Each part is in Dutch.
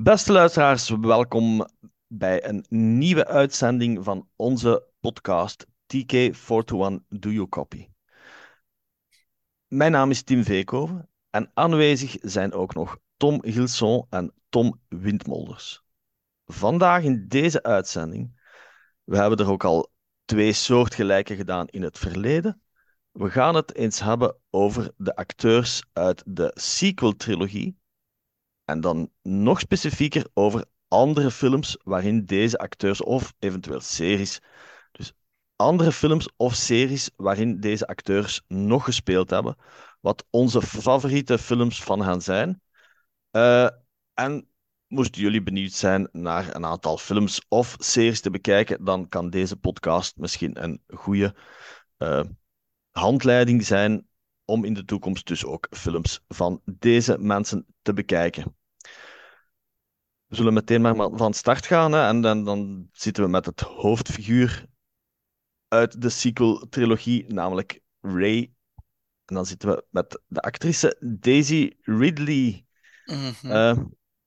Beste luisteraars, welkom bij een nieuwe uitzending van onze podcast TK421 Do You Copy? Mijn naam is Tim Veekhoven en aanwezig zijn ook nog Tom Gilson en Tom Windmolders. Vandaag in deze uitzending, we hebben er ook al twee soortgelijke gedaan in het verleden. We gaan het eens hebben over de acteurs uit de sequel-trilogie. En dan nog specifieker over andere films waarin deze acteurs, of eventueel series, dus andere films of series waarin deze acteurs nog gespeeld hebben, wat onze favoriete films van hen zijn. Eh, en moesten jullie benieuwd zijn naar een aantal films of series te bekijken, dan kan deze podcast misschien een goede eh, handleiding zijn om in de toekomst dus ook films van deze mensen te bekijken. We zullen meteen maar van start gaan, hè, en dan zitten we met het hoofdfiguur uit de sequel-trilogie, namelijk Ray. En dan zitten we met de actrice Daisy Ridley. Mhm. Eh,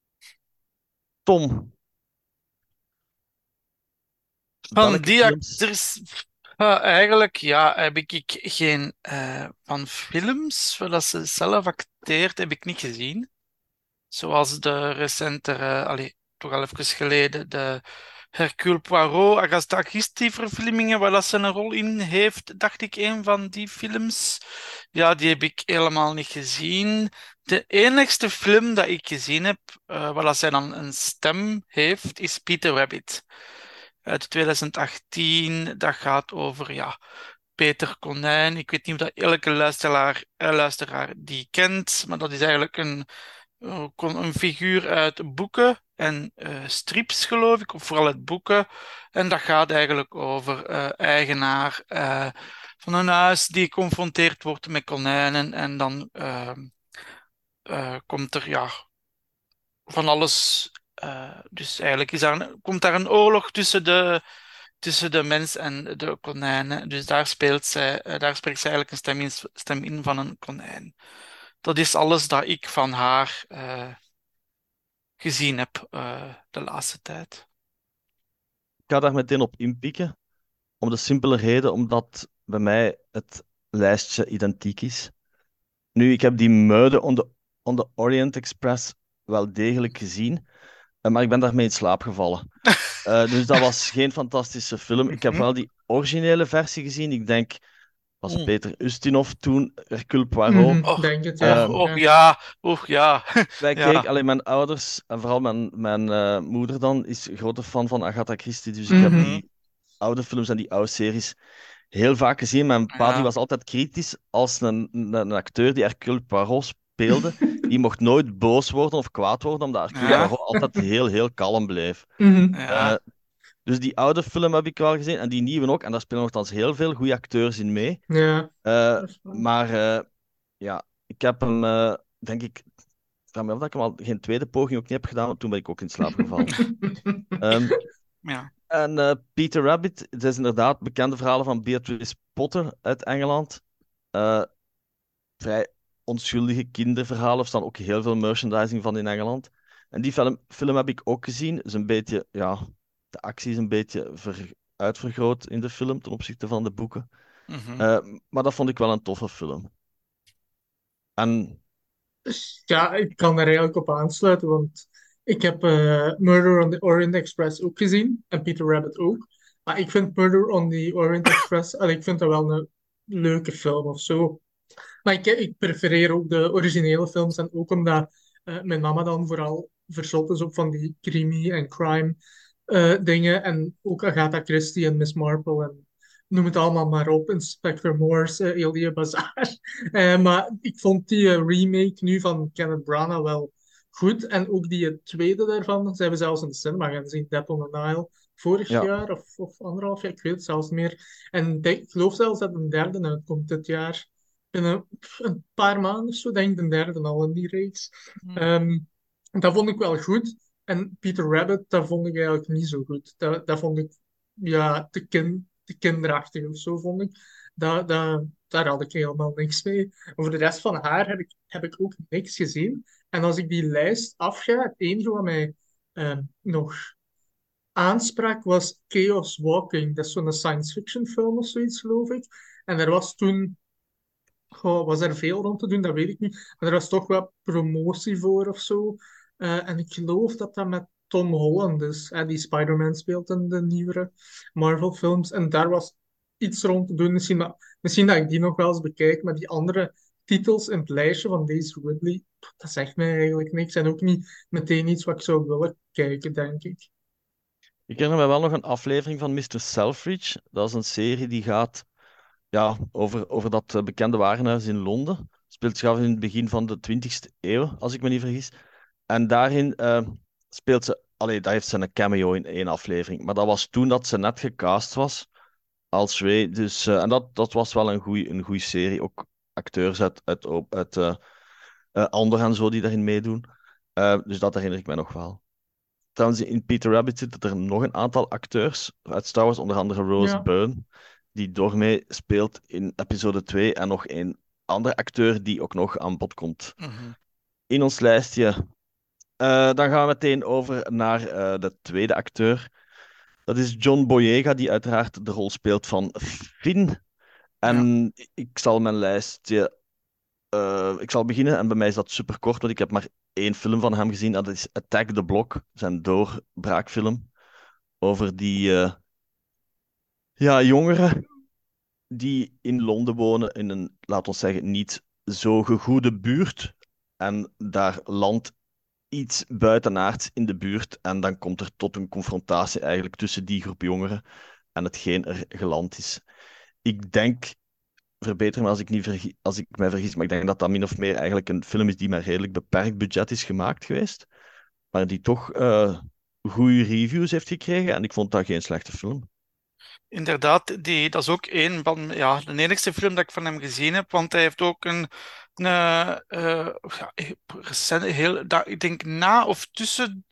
Tom, Van welke die films? acteurs, eigenlijk ja, heb ik geen van films waar dat ze zelf acteert, heb ik niet gezien. Zoals de recentere, toch al even geleden, de Hercule Poirot, Agatha Christie-verfilmingen, waar dat ze een rol in heeft, dacht ik, een van die films. Ja, die heb ik helemaal niet gezien. De enigste film dat ik gezien heb, waar dat zij dan een stem heeft, is Peter Rabbit. Uit 2018, dat gaat over, ja, Peter Konijn. Ik weet niet of dat elke luisteraar die kent, maar dat is eigenlijk een figuur uit boeken en strips, geloof ik, of vooral uit boeken. En dat gaat eigenlijk over eigenaar van een huis die geconfronteerd wordt met konijnen. En dan komt er ja, van alles. Dus eigenlijk komt daar een oorlog tussen de mens en de konijnen. Dus daar spreekt zij eigenlijk een stem in van een konijn. Dat is alles dat ik van haar gezien heb de laatste tijd. Ik ga daar meteen op inpikken, om de simpele reden omdat bij mij het lijstje identiek is. Nu, ik heb die Muiden on the Orient Express wel degelijk gezien, maar ik ben daarmee in slaap gevallen. Dus dat was geen fantastische film. Ik heb Mhm. wel die originele versie gezien. Ik denk, was Oeh. Peter Ustinov toen, Hercule Poirot. Och, Denk het, och, ja. Ehm, och Ja. ja, och ja. Wij keken, Ja. alleen mijn ouders, en vooral mijn moeder dan, is een grote fan van Agatha Christie. Dus ik heb Mhm. Mhm. die oude films en die oude series heel vaak gezien. Mijn pa die Ja. was altijd kritisch als een acteur die Hercule Poirot speelde. Die mocht nooit boos worden of kwaad worden, omdat Hercule Ja. Poirot altijd heel kalm bleef. Mhm. Eh, Ja. Dus die oude film heb ik wel gezien en die nieuwe ook. En daar spelen nogthans heel veel goede acteurs in mee. Ja, Eh, dat is waar. maar ja, ik heb hem, denk ik, ik vraag me af dat ik hem al geen tweede poging ook niet heb gedaan, want toen ben ik ook in slaap gevallen. Ehm, Ja. en Peter Rabbit, het is inderdaad bekende verhalen van Beatrice Potter uit Engeland. Eh, Vrij onschuldige kinderverhalen, er staan ook heel veel merchandising van in Engeland. En die film heb ik ook gezien. Is een beetje, ja, de actie is een beetje uitvergroot in de film ten opzichte van de boeken. Mhm. Maar dat vond ik wel een toffe film. En Dus ja, ik kan daar eigenlijk op aansluiten, want ik heb Murder on the Orient Express ook gezien en Peter Rabbit ook. Maar ik vind Murder on the Orient Express, ik vind dat wel een leuke film of zo. Maar ik prefereer ook de originele films en ook omdat mijn mama dan vooral verzot is op van die crime en crime dingen. En ook Agatha Christie en Miss Marple en noem het allemaal maar op. Inspector Morse, Elia Bazaar. Maar ik vond die remake nu van Kenneth Branagh wel goed. En ook die tweede daarvan, ze hebben zelfs in de cinema gaan zien, Death on the Nile. Vorig ja, jaar of anderhalf jaar, ik weet het zelfs niet meer. En ik geloof zelfs dat een derde uitkomt dit jaar binnen een paar maanden of zo, denk ik de derde al in die reeks. Mhm. Ehm, dat vond ik wel goed. En Peter Rabbit, dat vond ik eigenlijk niet zo goed. Dat vond ik ja, te kinderachtig of zo, vond ik. Daar had ik helemaal niks mee. Maar voor de rest van haar heb ik ook niks gezien. En als ik die lijst afga, het enige wat mij nog aansprak, was Chaos Walking. Dat is zo'n science fiction film of zoiets, geloof ik. En er was toen, goh, was er veel rond te doen, dat weet ik niet. Maar er was toch wel promotie voor of zo. En ik geloof dat dat met Tom Holland is, die Spider-Man speelt in de nieuwere Marvel-films. En daar was iets rond te doen. Misschien dat ik die nog wel eens bekijk, maar die andere titels in het lijstje van Daisy Ridley, dat zegt mij eigenlijk niks. En ook niet meteen iets wat ik zou willen kijken, denk ik. Ik herinner me wel nog een aflevering van Mr. Selfridge. Dat is een serie die gaat ja, over dat bekende warenhuis in Londen. Speelt zich af in het begin van de 20e eeuw, als ik me niet vergis. En daarin speelt ze, allee, daar heeft ze een cameo in één aflevering. Maar dat was toen dat ze net gecast was als Ray. Dus, en dat was wel een goede serie. Ook acteurs uit Andor en zo die daarin meedoen. Dus dat herinner ik mij nog wel. Trouwens, in Peter Rabbit zitten er nog een aantal acteurs uit Star Wars, onder andere Rose Ja. Byrne, die Dorme speelt in episode 2, en nog een andere acteur die ook nog aan bod komt Mhm. in ons lijstje. Dan gaan we meteen over naar de tweede acteur. Dat is John Boyega, die uiteraard de rol speelt van Finn. Ja. En ik zal mijn lijstje ik zal beginnen, en bij mij is dat super kort, want ik heb maar één film van hem gezien. Dat is Attack the Block, zijn doorbraakfilm. Over die ja, jongeren die in Londen wonen, in een, laten we zeggen, niet zo gegoede buurt. En daar landt iets buitenaards in de buurt. En dan komt er tot een confrontatie eigenlijk tussen die groep jongeren en hetgeen er geland is. Ik denk, verbeter me als ik, niet als ik mij vergis, maar ik denk dat dat min of meer eigenlijk een film is die met redelijk beperkt budget is gemaakt geweest, maar die toch goede reviews heeft gekregen, en ik vond dat geen slechte film. Inderdaad, dat is ook een van ja, de enigste film dat ik van hem gezien heb, want hij heeft ook een ja, recent, ik denk na of tussen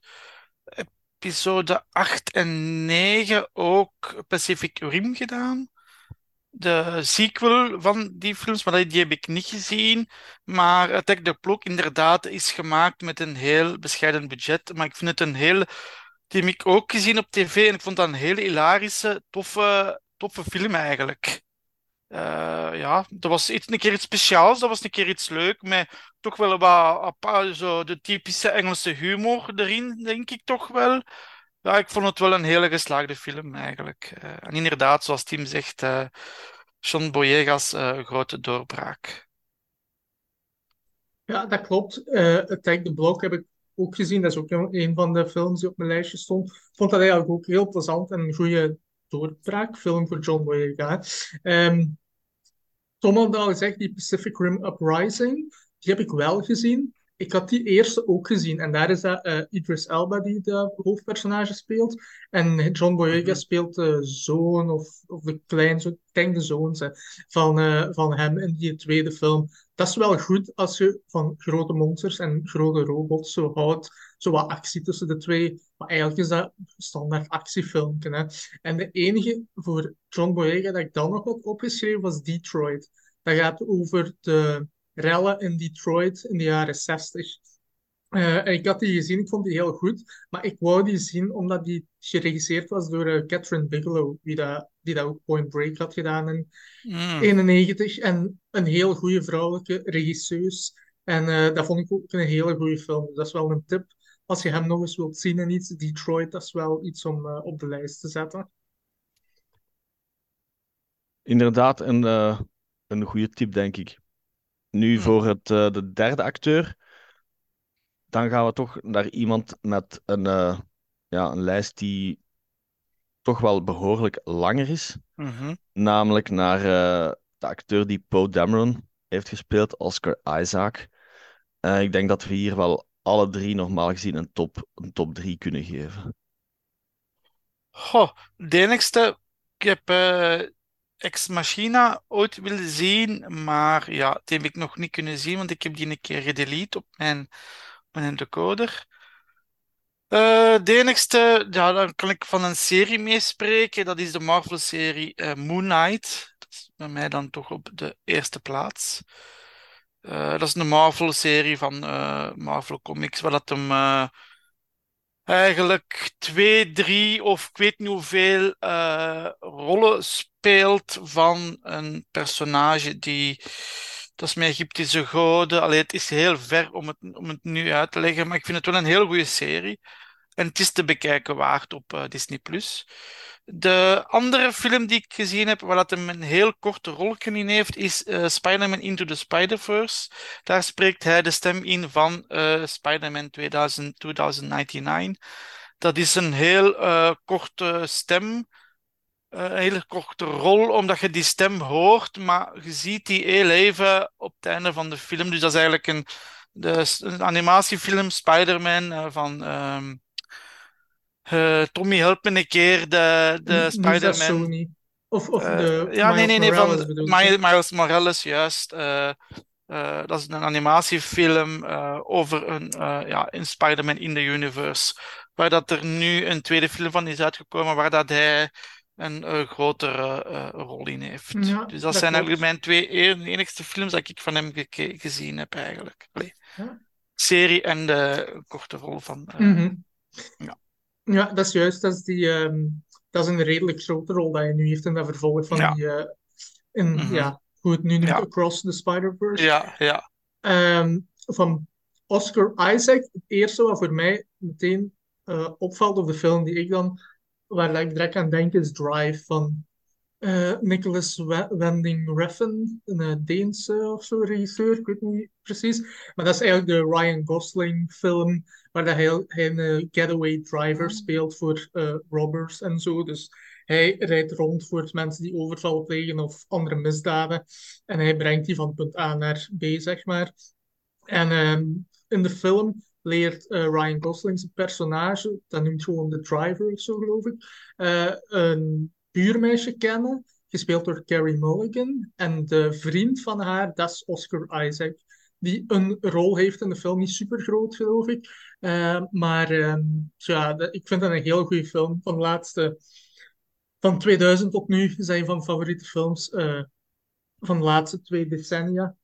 episode 8 en 9 ook Pacific Rim gedaan. De sequel van die films, maar die heb ik niet gezien. Maar Attack the Block inderdaad is gemaakt met een heel bescheiden budget. Maar ik vind het een heel... Die heb ik ook gezien op tv en ik vond dat een hele hilarische, toffe film eigenlijk. Ja, dat was een keer iets speciaals, dat was een keer iets leuk, met toch wel zo de typische Engelse humor erin, denk ik toch wel. Ja, ik vond het wel een hele geslaagde film eigenlijk. En inderdaad, zoals Tim zegt, John Boyega's grote doorbraak. Ja, dat klopt. Attack the Block heb ik ook gezien. Dat is ook een van de films die op mijn lijstje stond. Ik vond dat eigenlijk ook heel plezant en een goede doorbraakfilm voor John Boyega. Tom had al gezegd, die Pacific Rim Uprising, die heb ik wel gezien. Ik had die eerste ook gezien. En daar is dat Idris Elba die de hoofdpersonage speelt. En John Boyega Mhm. speelt de zoon of de kleinzoon, ik denk de zoon, van hem in die tweede film. Dat is wel goed als je van grote monsters en grote robots zo houdt. Zo wat actie tussen de twee. Maar eigenlijk is dat een standaard actiefilmpje. Hè. En de enige voor John Boyega dat ik dan nog had opgeschreven was Detroit. Dat gaat over de rellen in Detroit in de jaren 60. En ik had die gezien, ik vond die heel goed. Maar ik wou die zien omdat die geregisseerd was door Catherine Bigelow, die dat ook Point Break had gedaan in Mm. 91. En een heel goede vrouwelijke regisseuse. En dat vond ik ook een hele goede film. Dus dat is wel een tip. Als je hem nog eens wilt zien in iets, Detroit, dat is wel iets om op de lijst te zetten. Inderdaad, een goede tip, denk ik. Nu voor Mhm. de derde acteur, dan gaan we toch naar iemand met ja, een lijst die toch wel behoorlijk langer is. Mhm. Namelijk naar de acteur die Poe Dameron heeft gespeeld, Oscar Isaac. Ik denk dat we hier wel alle drie normaal gezien een top 3 kunnen geven. Goh, de enigste, ik heb Ex Machina ooit willen zien, maar ja, die heb ik nog niet kunnen zien, want ik heb die een keer gedelete op mijn decoder. De enigste, ja, dan kan ik van een serie meespreken. Dat is de Marvel-serie Moon Knight. Dat is bij mij dan toch op de eerste plaats. Dat is een Marvel-serie van Marvel Comics, waar dat hem eigenlijk twee, drie of ik weet niet hoeveel rollen speelt van een personage die. Dat is mijn Egyptische goden. Allee, het is heel ver om het nu uit te leggen, maar ik vind het wel een heel goede serie. En het is te bekijken waard op Disney+. De andere film die ik gezien heb, waar dat hem een heel korte rol in heeft, is Spider-Man Into the Spider-Verse. Daar spreekt hij de stem in van Spider-Man 2099. Dat is een heel korte stem, een hele korte rol, omdat je die stem hoort, maar je ziet die heel even op het einde van de film. Dus dat is eigenlijk een animatiefilm, Spider-Man, van Tommy, help me een keer, de Niet dat Spider-Man. Sony. Of de Ja, nee, Miles nee, nee, Morales van bedoelt je? Miles Morales, juist. Dat is een animatiefilm over een Spider-Man in the Universe. Waar dat er nu een tweede film van is uitgekomen, waar dat hij een grotere rol in heeft. Ja, Dus dat dat zijn eigenlijk klopt. mijn twee enigste films dat ik van hem gezien heb, eigenlijk. Allee, Ja. serie en de korte rol van. Mhm. Ja. Ja, dat is juist. Dat is een redelijk grote rol dat hij nu heeft in dat vervolg van Ja. die, Mhm. hoe het nu noemt, Ja. Across the Spider-Verse. Ja. Ja. Van Oscar Isaac, het eerste wat voor mij meteen opvalt op de film die ik dan, waar ik direct aan denk, is Drive van Nicholas Winding Refn, een Deense of zo regisseur, ik weet niet precies. Maar dat is eigenlijk de Ryan Gosling film, waar dat hij een getaway driver speelt voor robbers en zo. Dus hij rijdt rond voor mensen die overval plegen of andere misdaden. En hij brengt die van punt A naar B, zeg maar. En in de film leert Ryan Gosling zijn personage, dat noemt gewoon de driver of zo, geloof ik, een buurmeisje kennen, gespeeld door Carey Mulligan. En de vriend van haar, dat is Oscar Isaac, die een rol heeft in de film, niet super groot, geloof ik. Maar ja, ik vind dat een heel goede film. Van 2000 tot nu zijn van favoriete films van de laatste 2 decennia.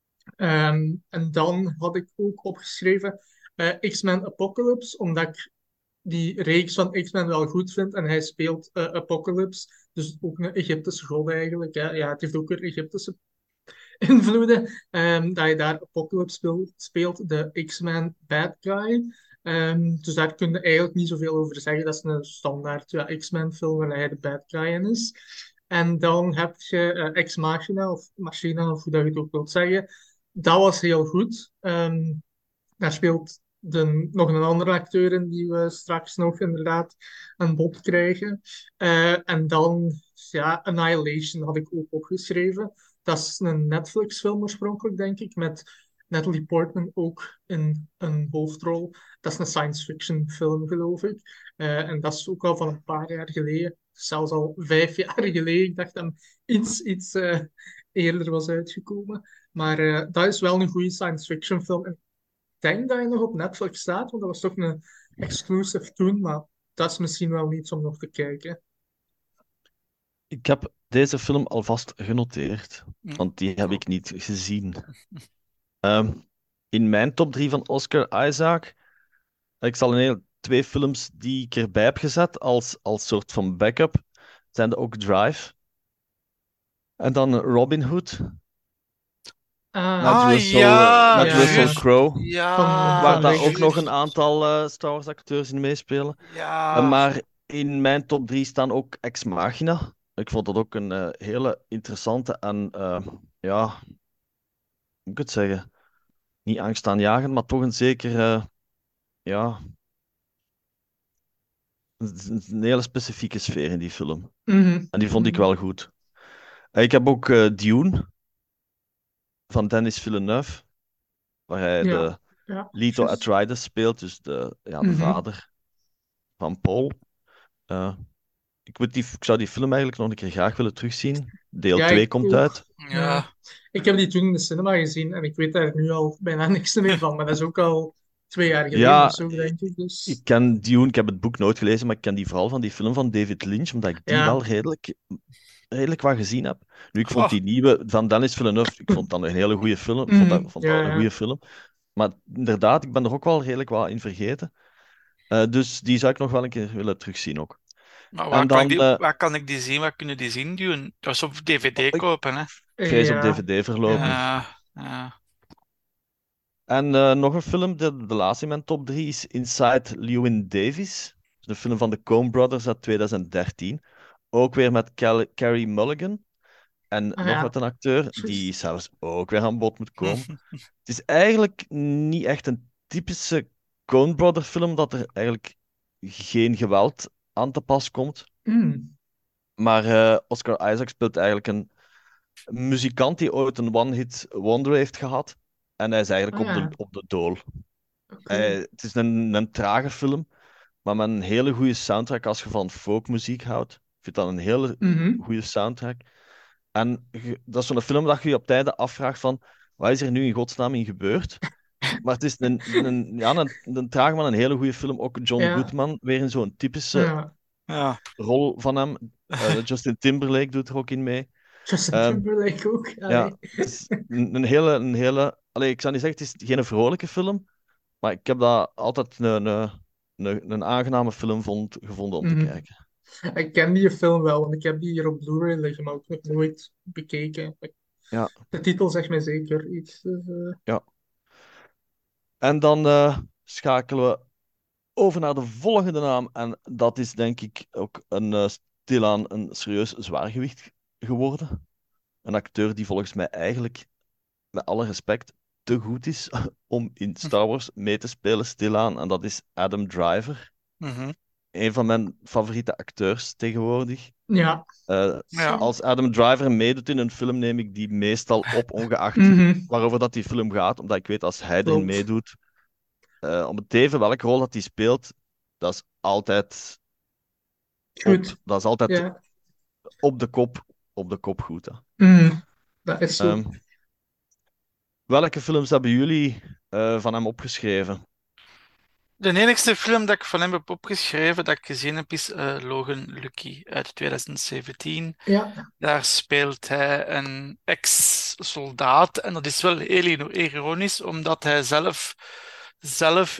En dan had ik ook opgeschreven X-Men Apocalypse, omdat ik die reeks van X-Men wel goed vind. En hij speelt Apocalypse, dus ook een Egyptische god eigenlijk. Hè. Ja, het heeft ook weer Egyptische invloeden. Dat je daar Apocalypse speelt, de X-Men bad guy. Dus daar kun je eigenlijk niet zoveel over zeggen. Dat is een standaard X-Men film waar hij de bad guy in is. En dan heb je Ex Machina, of Machina, of hoe dat je het ook wilt zeggen. Dat was heel goed. Daar speelt nog een andere acteur in die we straks nog inderdaad aan bod krijgen. En dan, ja, Annihilation had ik ook opgeschreven. Dat is een Netflix-film oorspronkelijk, denk ik, met Natalie Portman ook in een hoofdrol. Dat is een science fiction film, geloof ik. En dat is ook al van een paar jaar geleden. Zelfs al 5 jaar geleden. Ik dacht dat hem iets eerder was uitgekomen. Maar dat is wel een goede science fiction film. En ik denk dat hij nog op Netflix staat, want dat was toch een exclusive toen. Maar dat is misschien wel iets om nog te kijken. Ik heb deze film alvast genoteerd, Hm. want die heb ik niet gezien. Ehm, in mijn top 3 van Oscar Isaac, ik zal een heel twee films die ik erbij heb gezet als soort van backup, zijn er ook Drive en dan Robin Hood met Ah, Ah Russell, ja, met ja, Russell ja. juist. Crowe, waar Ja, Van daar ook nog een juist. aantal Star Wars acteurs in meespelen. Ja. Maar in mijn top 3 staan ook Ex Machina. Ik vond dat ook een hele interessante en ja, hoe moet ik het zeggen? Niet angstaanjagend, maar toch een zekere, ja, een hele specifieke sfeer in die film. Mhm, En die vond ik mhm. wel goed. Ik heb ook Dune van Denis Villeneuve, waar hij Ja, de ja, Leto juist. Atreides speelt, dus de Mhm. vader van Paul. Eh, ik zou die film eigenlijk nog een keer graag willen terugzien. Deel Ja, 2 ik komt ook. uit. Ja. Ja. Ik heb die toen in de cinema gezien en ik weet daar nu al bijna niks meer van. Maar dat is ook al 2 jaar geleden of Ja, zo, denk ik. ik Dus ken Dune, ik heb het boek nooit gelezen, maar ik ken die vooral van die film van David Lynch, omdat ik die ja. wel redelijk wat gezien heb. Nu, ik vond Goh. die nieuwe van Denis Villeneuve, ik vond dat een hele goede film. Mhm. Vond dat Ja, wel een ja. goede film. Maar inderdaad, ik ben er ook wel redelijk wat in vergeten. Dus die zou ik nog wel een keer willen terugzien ook. Maar En dan, waar kan ik die zien? Waar kunnen die zien? Dat is op DVD ik kopen, hè? vrees op Ja. DVD Ja. voorlopig. Ja. En nog een film, de laatste in mijn top 3 is Inside Llewyn Davis. Dat is een film van de Coen Brothers uit 2013. Ook weer met Carey Mulligan. En Ah nog ja, wat een acteur die juist. zelfs ook weer aan bod moet komen. Het is eigenlijk niet echt een typische Coen Brothers film, dat er eigenlijk geen geweld aan te pas komt. Mm. Maar Oscar Isaac speelt eigenlijk een muzikant die ooit een one-hit wonder heeft gehad. En hij is eigenlijk Ah ja, op de dool. oké. Het is een trage film, maar met een hele goede soundtrack als je van folkmuziek houdt. Ik vind dat een hele Mhm. goede soundtrack. En dat is zo'n film dat je je op tijden afvraagt van, wat is er nu in godsnaam in gebeurd? Maar het is ja, een trage, maar een hele goede film. Ook John Ja, Goodman, weer in zo'n typische ja. Ja. rol van hem. Justin Timberlake doet er ook in mee. Justin Ehm, Timberlake ook. ja, Allee. het is een hele. Allee, ik zou niet zeggen, het is geen vrolijke film, maar ik heb dat altijd een aangename film gevonden om te Mhm. kijken. Ik ken die film wel, want ik heb die hier op Blu-ray liggen, maar ook nog nooit bekeken. Ja, De titel zegt mij zeker iets. Dus, ja. En dan schakelen we over naar de volgende naam. En dat is denk ik ook stilaan een serieus zwaargewicht geworden. Een acteur die volgens mij eigenlijk, met alle respect, te goed is om in Star Wars mee te spelen stilaan. En dat is Adam Driver. Mhm. Een van mijn favoriete acteurs tegenwoordig. ja. Ja. Zo. Als Adam Driver meedoet in een film, neem ik die meestal op, ongeacht Mhm. waarover dat die film gaat. Omdat ik weet, als hij erin Klopt. meedoet, om het even welke rol dat hij speelt, dat is altijd top. Goed. Dat is altijd Ja. op de kop goed. Hè. Mhm. Dat is zo. Ehm, welke films hebben jullie van hem opgeschreven? De enigste film dat ik van hem heb opgeschreven, dat ik gezien heb, is Logan Lucky uit 2017. Ja. Daar speelt hij een ex-soldaat. En dat is wel heel ironisch, omdat hij zelf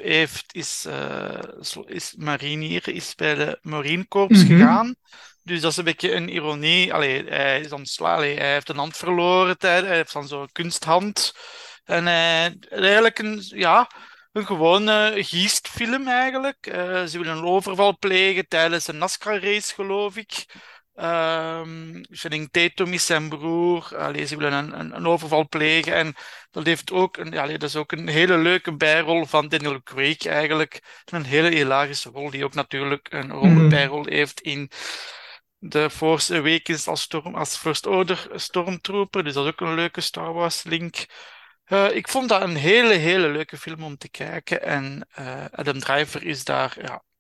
is marinier, is bij de Marinekorps Mhm. gegaan. Dus dat is een beetje een ironie. Allee, hij is ontslagen. Allee, hij heeft een hand verloren. Hij heeft dan zo'n kunsthand. En eigenlijk een gewone giestfilm eigenlijk. Ze willen een overval plegen tijdens een NASCAR-race, geloof ik. Channing Tatum is zijn broer. Allee, ze willen een overval plegen. En dat heeft ook dat is ook een hele leuke bijrol van Daniel Craig eigenlijk. Een hele hilarische rol, die ook natuurlijk een Mhm. bijrol heeft in The Force Awakens als First Order Stormtrooper. Dus dat is ook een leuke Star Wars link. Ik vond dat een hele leuke film om te kijken. En Adam Driver is daar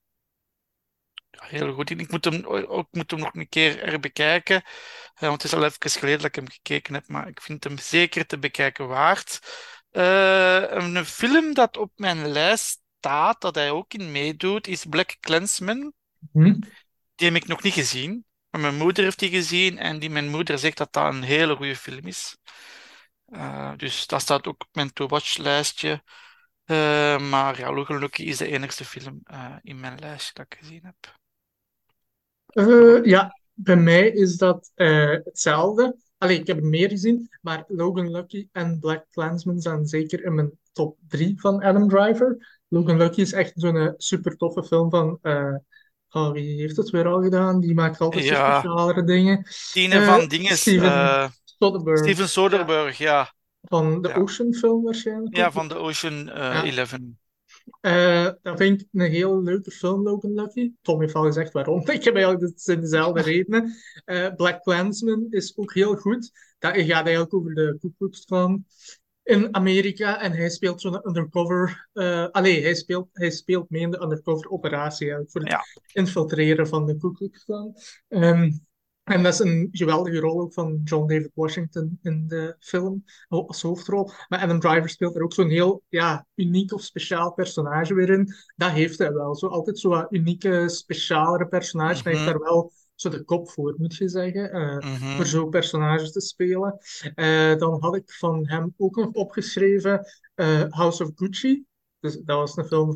heel goed in. Ik moet hem nog een keer herbekijken. Want het is al even geleden dat ik hem gekeken heb, maar ik vind hem zeker te bekijken waard. Een film dat op mijn lijst staat, dat hij ook in meedoet, is Black Klansman. Mhm. Die heb ik nog niet gezien. Maar mijn moeder heeft die gezien en mijn moeder zegt dat dat een hele goede film is. Dus dat staat ook op mijn to-watch-lijstje. Maar ja, Logan Lucky is de enigste film in mijn lijstje dat ik gezien heb. Ja, bij mij is dat hetzelfde. Allee, ik heb er meer gezien, maar Logan Lucky en Black Klansman zijn zeker in mijn top 3 van Adam Driver. Logan Lucky is echt zo'n super toffe film van, oh, wie heeft het weer al gedaan? Die maakt altijd zo Ja, specialere dingen. Tine van Dinges, Steven Steven Soderbergh, ja, Soderbergh, ja. van de Ja, Ocean film waarschijnlijk ja, ook. van de Ocean Ja, 11. dat vind ik een heel leuke film, Logan Lucky. Tom heeft al gezegd waarom. Ik heb eigenlijk het zijn dezelfde redenen. Black Klansman is ook heel goed. Dat gaat eigenlijk over de Ku Klux Klan in Amerika. En hij speelt zo'n undercover... hij speelt mee in de undercover operatie eigenlijk, voor Ja. het infiltreren van de Ku Klux Klan. En dat is een geweldige rol ook van John David Washington in de film als hoofdrol. Maar Adam Driver speelt er ook zo'n heel uniek of speciaal personage weer in. Dat heeft hij wel. Zo, altijd zo wat unieke, specialere personages. Maar hij heeft Mhm, daar wel zo de kop voor, moet je zeggen. Voor mhm. zo'n personages te spelen. Dan had ik van hem ook nog opgeschreven House of Gucci. Dus dat was een film van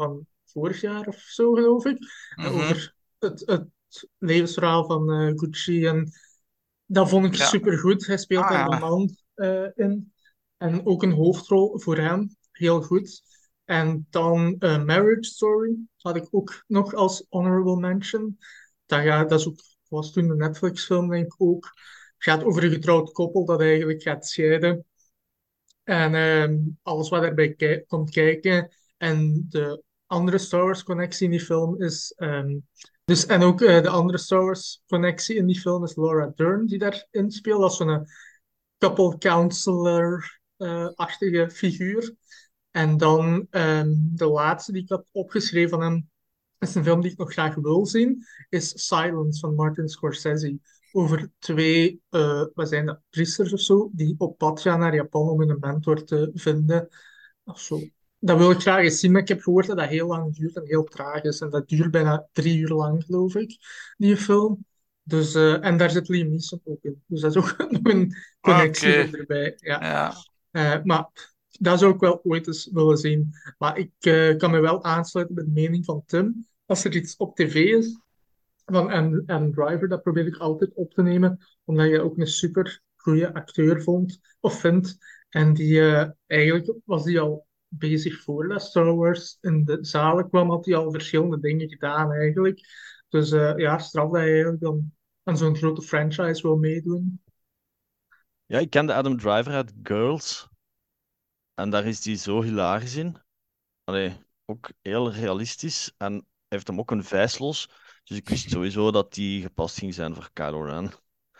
vorig jaar of zo, geloof ik. Mhm. Over het levensverhaal van Gucci. En dat vond ik Ja. supergoed. Hij speelt Ah daar de ja. man in. En ook een hoofdrol voor hem. Heel goed. En dan Marriage Story had ik ook nog als honorable mention. Dat is ook, was toen een Netflix-film, denk ik ook. Het gaat over een getrouwd koppel dat eigenlijk gaat scheiden. En alles wat erbij komt kijken. En de andere Star Wars connectie in die film is. Dus, en ook de andere Star Wars connectie in die film is Laura Dern, die daarin speelt. Als zo'n couple counselor-achtige figuur. En dan de laatste die ik had opgeschreven van hem, is een film die ik nog graag wil zien, is Silence van Martin Scorsese. Over twee, wat zijn dat, priesters of zo, die op pad gaan naar Japan om hun mentor te vinden. Of zo. Dat wil ik graag eens zien, maar ik heb gehoord dat dat heel lang duurt en heel traag is. En dat duurt bijna 3 uur lang, geloof ik, die film. Dus, en daar zit Liam Neeson ook in. Dus dat is ook nog een connectie Oké. van erbij. Ja. Ja. Maar dat zou ik wel ooit eens willen zien. Maar ik kan me wel aansluiten bij de mening van Tim. Als er iets op tv is van en Driver, dat probeer ik altijd op te nemen, omdat je ook een super goede acteur vond of vindt. En die eigenlijk was die al bezig voordat Star Wars in de zalen kwam, had hij al verschillende dingen gedaan eigenlijk. Dus ja, straf dat hij eigenlijk dan aan zo'n grote franchise wil meedoen. Ja, ik kende Adam Driver uit Girls. En daar is hij zo hilarisch in. Allee, ook heel realistisch. En hij heeft hem ook een vijs los. Dus ik wist sowieso dat die gepast ging zijn voor Kylo Ren.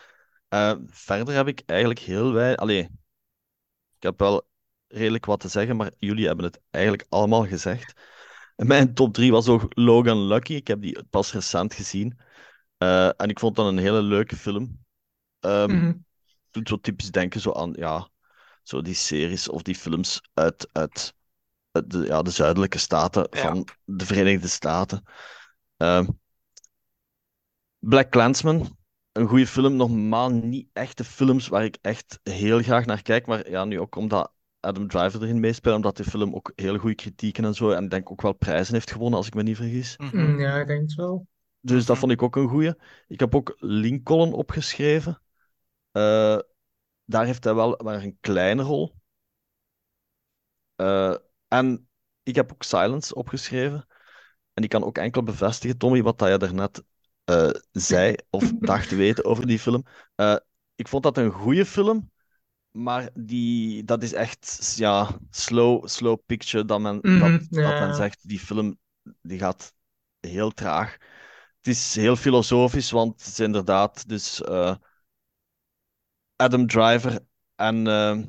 Verder heb ik eigenlijk heel weinig. Allee, ik heb wel redelijk wat te zeggen, maar jullie hebben het eigenlijk allemaal gezegd. En mijn top 3 was ook Logan Lucky. Ik heb die pas recent gezien. En ik vond dat een hele leuke film. Ehm Mhm. Doet zo typisch denken zo aan ja, zo die series of die films uit ja, de zuidelijke staten Ja. van de Verenigde Staten. Ehm, Black Klansman, een goede film. Normaal niet echte films waar ik echt heel graag naar kijk. Maar ja, nu ook omdat Adam Driver erin meespeelt. Omdat die film ook heel goede kritieken en zo. En ik denk ook wel prijzen heeft gewonnen, als ik me niet vergis. Mhm. Ja, ik denk het wel. Dus dat Mhm. vond ik ook een goeie. Ik heb ook Lincoln opgeschreven. Eh, Daar heeft hij wel maar een kleine rol. Eh, en ik heb ook Silence opgeschreven. En ik kan ook enkel bevestigen, Tommy, wat dat je daarnet zei of dacht te weten over die film. Eh, ik vond dat een goede film, maar dat is echt ja, slow picture dat men Ja. zegt, die film die gaat heel traag. Het is heel filosofisch, want het is inderdaad dus Adam Driver en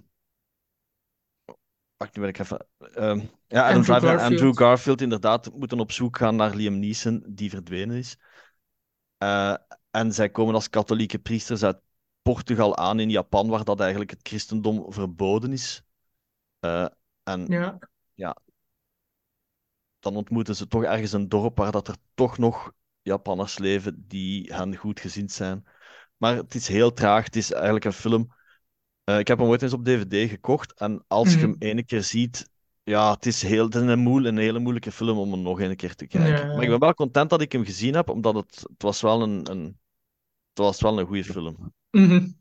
wacht, nu ben ik even. Ja, Adam Andrew Driver en Andrew Garfield. Garfield inderdaad moeten op zoek gaan naar Liam Neeson, die verdwenen is. Eh, en zij komen als katholieke priesters uit Portugal aan in Japan, waar dat eigenlijk het christendom verboden is. Eh, en Ja. ja, dan ontmoeten ze toch ergens een dorp waar dat er toch nog Japanners leven die hen goedgezind zijn. Maar het is heel traag. Het is eigenlijk een film. Ik heb hem ooit eens op DVD gekocht. En als je hem Mhm. ene keer ziet, ja, het is een hele moeilijke film om hem nog een keer te kijken. Maar ik Ja. ben wel content dat ik hem gezien heb, omdat het was wel het was wel een goede film. Mhm.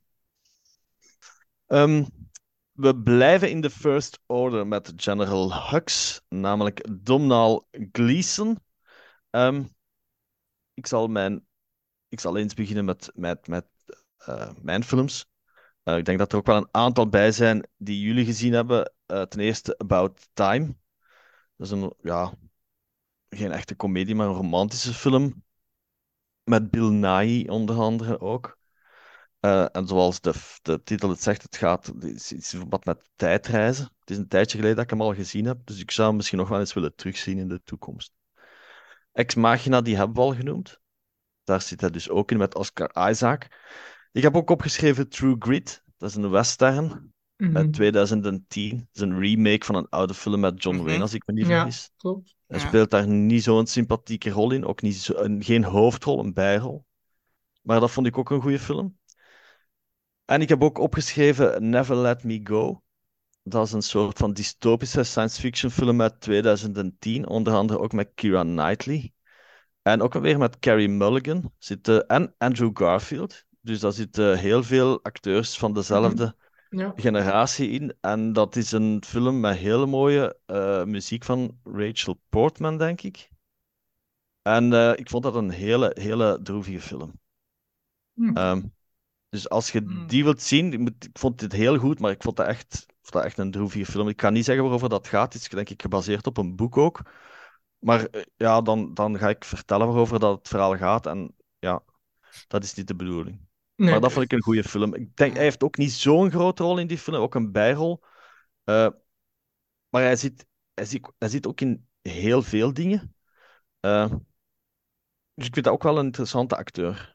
Ehm, we blijven in de First Order met General Hux, namelijk Domhnall Gleeson. Ehm, ik zal ik zal eens beginnen met mijn films. Ik denk dat er ook wel een aantal bij zijn die jullie gezien hebben. Ten eerste About Time. Dat is ja, geen echte komedie, maar een romantische film. Met Bill Nighy onder andere ook. En zoals de titel het zegt, het gaat het is iets wat met tijdreizen. Het is een tijdje geleden dat ik hem al gezien heb, dus ik zou hem misschien nog wel eens willen terugzien in de toekomst. Ex Machina, die hebben we al genoemd. Daar zit hij dus ook in met Oscar Isaac. Ik heb ook opgeschreven True Grit. Dat is een western uit Mhm. 2010. Dat is een remake van een oude film met John Wayne, Mhm. als ik me niet Ja, vergis. klopt. Hij Ja. speelt daar niet zo'n sympathieke rol in, ook niet geen hoofdrol, een bijrol. Maar dat vond ik ook een goede film. En ik heb ook opgeschreven Never Let Me Go. Dat is een soort van dystopische science fiction film uit 2010, onder andere ook met Keira Knightley. En ook weer met Carey Mulligan en Andrew Garfield. Dus daar zitten heel veel acteurs van Mhm. dezelfde Ja. generatie in. En dat is een film met hele mooie muziek van Rachel Portman, denk ik. En ik vond dat een hele droevige film. Hm. Ehm, dus als je Hmm. die wilt zien, ik vond dit heel goed, maar ik vond dat echt een droevige film. Ik kan niet zeggen waarover dat gaat. Het is denk ik gebaseerd op een boek ook. Maar ja, dan ga ik vertellen waarover dat het verhaal gaat. En ja, dat is niet de bedoeling. Maar Nee. dat vond ik een goede film. Ik denk, hij heeft ook niet zo'n grote rol in die film, ook een bijrol. Eh, maar hij zit ook in heel veel dingen. Eh, dus ik vind dat ook wel een interessante acteur.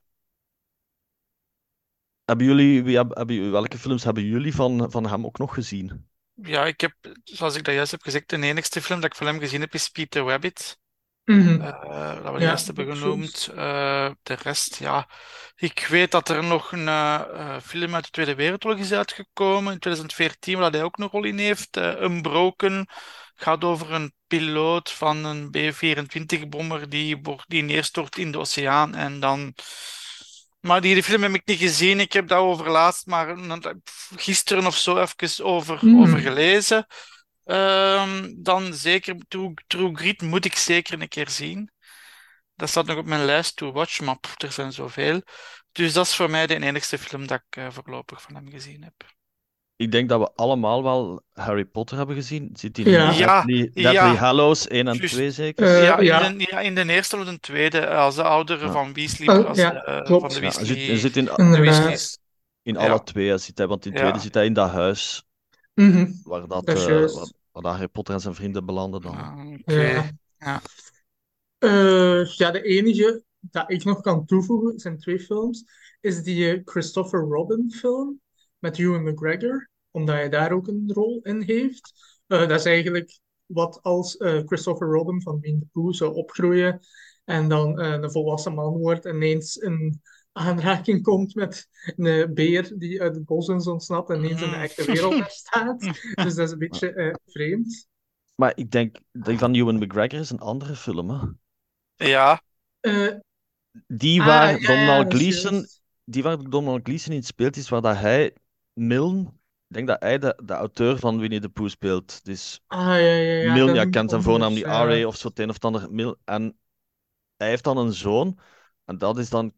Welke films hebben jullie van hem ook nog gezien? Ja, ik heb, zoals ik dat juist heb gezegd, de enigste film dat ik van hem gezien heb is Peter Rabbit. Mhm. Dat we Ja, juist hebben dat is juist. genoemd. De rest, ja. Ik weet dat er nog een film uit de Tweede Wereldoorlog is uitgekomen in 2014, waar hij ook een rol in heeft. Unbroken gaat over een piloot van een B-24-bommer die neerstort in de oceaan. En dan. Maar die film heb ik niet gezien. Ik heb daarover laatst maar gisteren of zo even over Mhm. gelezen. Dan zeker True Grit moet ik zeker een keer zien. Dat staat nog op mijn lijst to watch, maar er zijn zoveel. Dus dat is voor mij de enigste film dat ik voorlopig van hem gezien heb. Ik denk dat we allemaal wel Harry Potter hebben gezien. Zit in Ja. Ja, Deathly ja, Hallows 1 en juist. 2 zeker? Ja. Ja, in de eerste of de tweede, als de oudere Ja, van Weasley, Ja, van de klopt. ja hij Weasley, zit de Inderdaad. Weasleys. in alle Ja, twee. Want in het tweede ja. zit hij in dat huis Mhm. waar, Dat is juist. waar Harry Potter en zijn vrienden belanden dan. Oké. Ja. Ja. Ja, de enige dat ik nog kan toevoegen, zijn twee films, is die Christopher Robin film met Ewan McGregor, omdat hij daar ook een rol in heeft. Dat is eigenlijk wat als Christopher Robin van Winnie the Pooh zou opgroeien en dan een volwassen man wordt en ineens in aanraking komt met een beer die uit het bos is ontsnapt en ineens in de Mm. echte wereld daar staat. Dus dat is een beetje vreemd. Maar ik denk, die van Ewan McGregor is een andere film, hè? Ja. Eh, Die waar ja, Domhnall dat is Gleeson, juist. die waar Domhnall Gleeson in speelt, is waar dat hij Milne, ik denk dat hij de auteur van Winnie the Pooh speelt. Dus Ja, Milne, dat ja, ik noemt ken zijn voornaam anders. niet, R.A. of zo, het een of het ander. Milne. En hij heeft dan een zoon, en dat is dan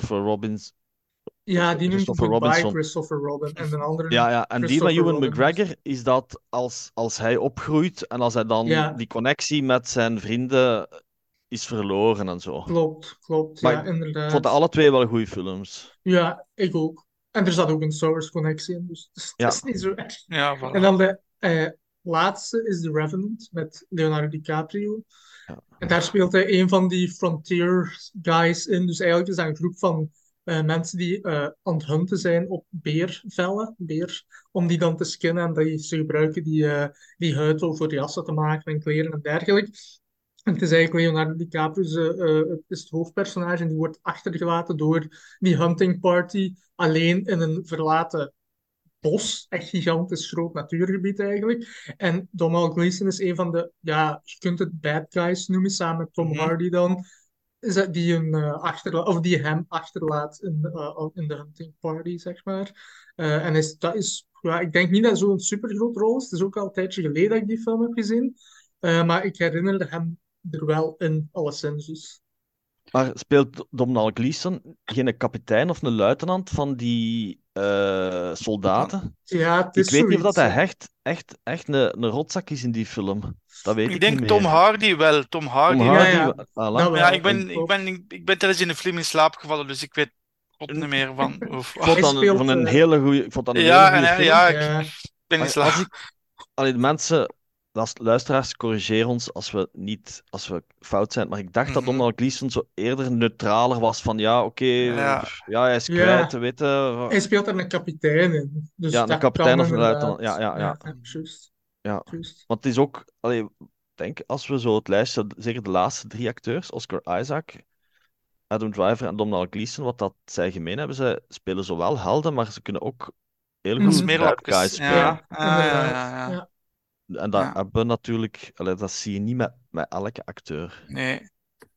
Ja, die noemt Christopher Goodbye Robinson. Christopher Robin en de andere Ja, noemt ja, en die met Christopher Ewan Robin. Dus, McGregor is dat als hij opgroeit en als hij dan ja, die connectie met zijn vrienden is verloren en zo. klopt, Maar ja, ik vond de inderdaad. alle twee wel goede films. Ja, ik ook. En er zat ook een Star Wars connectie in, dus het Ja, is niet zo erg. Ja, En voilà. dan de laatste is The Revenant met Leonardo DiCaprio. ja. En daar speelt hij een van die frontier guys in. Dus eigenlijk is dat een groep van mensen die aan het hunten zijn op beervellen, om die dan te skinnen. En ze gebruiken die huid om voor jassen te maken en kleren en dergelijke. En het is eigenlijk Leonardo DiCaprio, het is het hoofdpersonage, en die wordt achtergelaten door die hunting party alleen in een verlaten bos, echt gigantisch groot natuurgebied eigenlijk. En Domhnall Gleeson is een van de, ja, je kunt het bad guys noemen, samen met Tom Mhm. Hardy dan, is dat die, of die hem achterlaat in de hunting party, zeg maar. En dat is, ja, ik denk niet dat het zo'n supergroot rol is. Het is ook al een tijdje geleden dat ik die film heb gezien. Maar ik herinnerde hem er wel in, alleszins. Dus. Maar speelt Domhnall Gleeson geen kapitein of een luitenant van die soldaten? Ja, het Ik is weet niet of dat zoiets, hij ja. echt een rotzak is in die film. Dat weet Ik ik niet denk Tom meer. Hardy wel. Tom Tom Hardy Ja, wel. Hardy, ja, dat voilà. Maar ja, wel, klopt. ik ben tijdens in de film in slaap gevallen, dus ik weet god niet En meer van. Ik vond Hij dat speelt, ik vond dat een hele Ja, goede film. ik ja, ben in Maar als slaap. ik, allee, de mensen, luisteraars, corrigeer ons als we fout zijn. Maar ik dacht dat Mhm. Domhnall Gleeson zo eerder neutraler was van ja, oké, Ja, ja, hij is kwijt, ja. we weten. Hij speelt er een kapitein in. Dus Ja, een dat kan kapitein of een luitenant. Ja, inderdaad. ja, ja. Ja, juist. Ja. Juist. Want het is ook, allee, ik denk, als we zo het lijstje, zeker de laatste drie acteurs, Oscar Isaac, Adam Driver en Domhnall Gleeson, wat dat zij gemeen hebben, ze spelen zowel helden, maar ze kunnen ook heel Dat goed Mhm. bad guy smeerlapjes. spelen. Ja, Ja, ja, inderdaad. ja. Ja. En dat Ja, hebben we natuurlijk, allee, dat zie je niet met elke acteur. nee.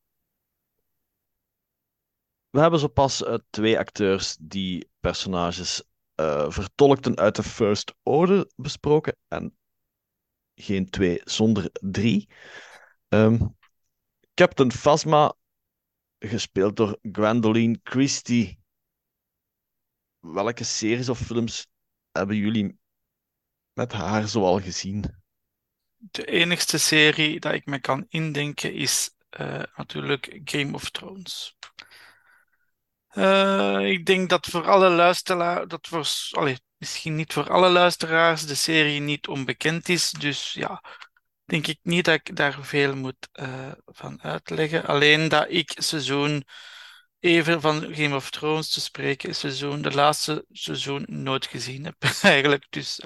We hebben zo pas twee acteurs die personages vertolkten uit de First Order besproken en geen twee zonder drie. Ehm, Captain Phasma, gespeeld door Gwendoline Christie. Welke series of films hebben jullie met haar zoal gezien? De enigste serie dat ik me kan indenken is natuurlijk Game of Thrones. Ik denk dat voor alle luisteraars, misschien niet voor alle luisteraars, de serie niet onbekend is. Dus ja, denk ik niet dat ik daar veel moet van uitleggen. Alleen dat ik seizoen, even van Game of Thrones te spreken, de laatste seizoen nooit gezien heb eigenlijk.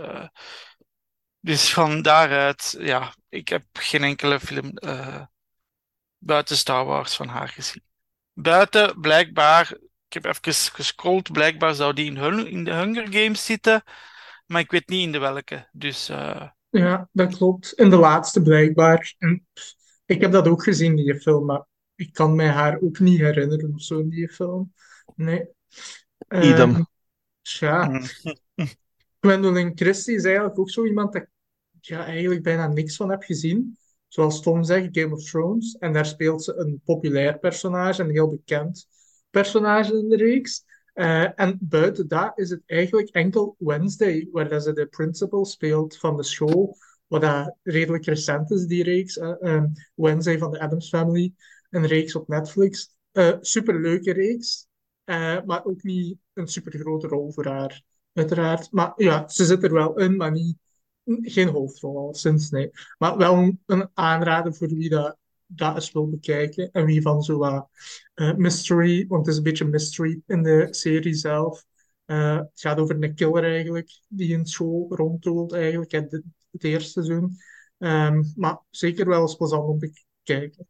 Dus van daaruit, ja, ik heb geen enkele film buiten Star Wars van haar gezien. Buiten, blijkbaar, ik heb even gescrolld, blijkbaar zou die in de Hunger Games zitten, maar ik weet niet in de welke. Dus Ja, dat klopt. In de laatste blijkbaar. En ik heb dat ook gezien, die film, maar ik kan mij haar ook niet herinneren of zo in die film. Nee. Idem. Tja, mm, Gwendolyn Christie is eigenlijk ook zo iemand dat ik eigenlijk bijna niks van heb gezien. Zoals Tom zegt, Game of Thrones. En daar speelt ze een populair personage, een heel bekend personage in de reeks. En buiten dat is het eigenlijk enkel Wednesday, waar dat ze de principal speelt van de show, wat dat redelijk recent is, die reeks. Wednesday van de Addams Family, een reeks op Netflix. Superleuke reeks, maar ook niet een supergrote rol voor haar, uiteraard. Maar ja, ze zit er wel in, maar niet, geen hoofdrol al sinds, nee. Maar wel een aanrader voor wie dat eens wil bekijken. En wie van zo wat mystery, want het is een beetje mystery in de serie zelf. Het gaat over een killer eigenlijk, die een show ronddoelt eigenlijk, het eerste seizoen. Maar zeker wel eens plezant om te kijken.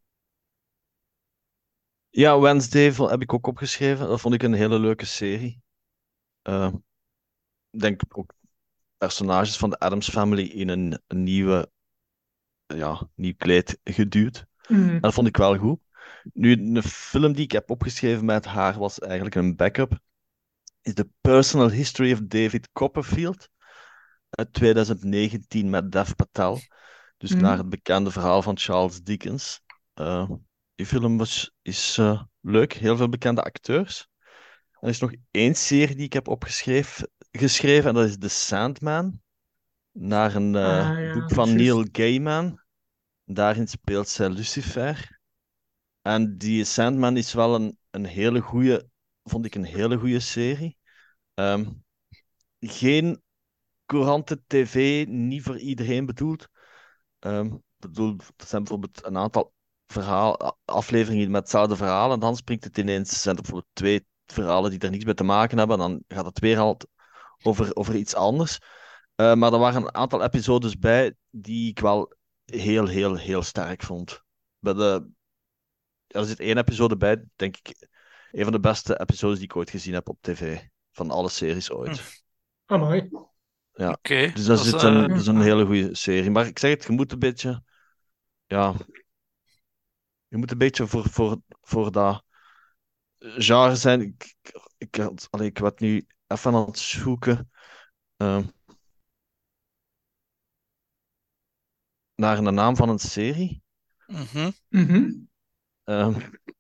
Ja, Wednesday heb ik ook opgeschreven. Dat vond ik een hele leuke serie. Eh, Ik denk ook personages van de Addams Family in een nieuw kleed geduwd. En Mm. dat vond ik wel goed. Nu, een film die ik heb opgeschreven met haar was eigenlijk een backup. Is The Personal History of David Copperfield uit 2019 met Dev Patel. Dus naar Mm. het bekende verhaal van Charles Dickens. Die film is leuk, heel veel bekende acteurs. Er is nog één serie die ik heb geschreven en dat is The Sandman, naar een Ah ja, boek van juist. Neil Gaiman. Daarin speelt zij Lucifer. En die Sandman is wel een hele goede, vond ik een hele goede serie. Ehm, Geen courante tv, niet voor iedereen bedoeld. Er zijn bijvoorbeeld een aantal afleveringen met hetzelfde verhaal en dan springt het ineens, er zijn er bijvoorbeeld twee verhalen die er niets mee te maken hebben, dan gaat het weer al over iets anders. Maar er waren een aantal episodes bij die ik wel heel, heel, heel sterk vond. Er zit één episode bij, denk ik, een van de beste episodes die ik ooit gezien heb op tv. Van alle series hm, ooit. Amai. Ja. oké. Dus Dat is, dat is een hele goede serie. Maar ik zeg het, je moet een beetje, ja, je moet een beetje voor dat genre zijn. Ik werd nu even aan het zoeken eh, naar een naam van een serie. mhm. Mhm. Eh,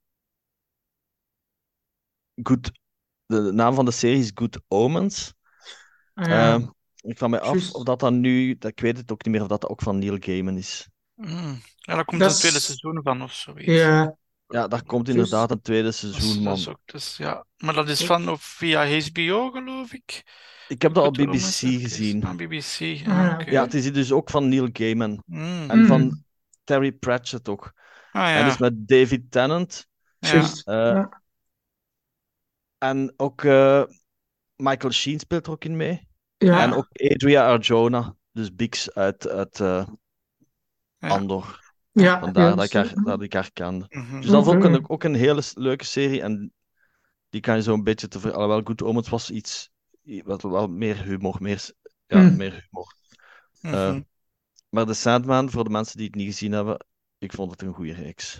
Good, de naam van de serie is Good Omens. Ah Eh, ja, ik vraag me af of juist. dat dan nu, ik weet het ook niet meer of dat ook van Neil Gaiman is. Ja, daar komt Dat een tweede is, seizoen van of zoiets. ja, Ja, daar komt juist. inderdaad een tweede Dat is, seizoen, dat is man. ook, dus ja. Maar dat is van of via HBO, geloof ik. Ik heb dat op Goed, om BBC eens even. gezien. Ah, BBC, Ah ah, ja, oké. Ja, oké. het is dus ook van Neil Gaiman. Mm. En van Mm. Terry Pratchett ook. Ah En is ja, met David Tennant. ja. Juist. eh, Ja. en ook Michael Sheen speelt er ook in mee. En Ja, ook Adria Arjona. Dus Bix uit Ja. Andor. ja, Vandaar juist. dat ik haar kende. Mhm. Dus dat is Oké. ook een hele leuke serie. En die kan je zo een beetje alhoewel Good Omens was iets wel meer humor, Hm. meer humor. Mhm. Maar The Sandman, voor de mensen die het niet gezien hebben, ik vond het een goede reeks.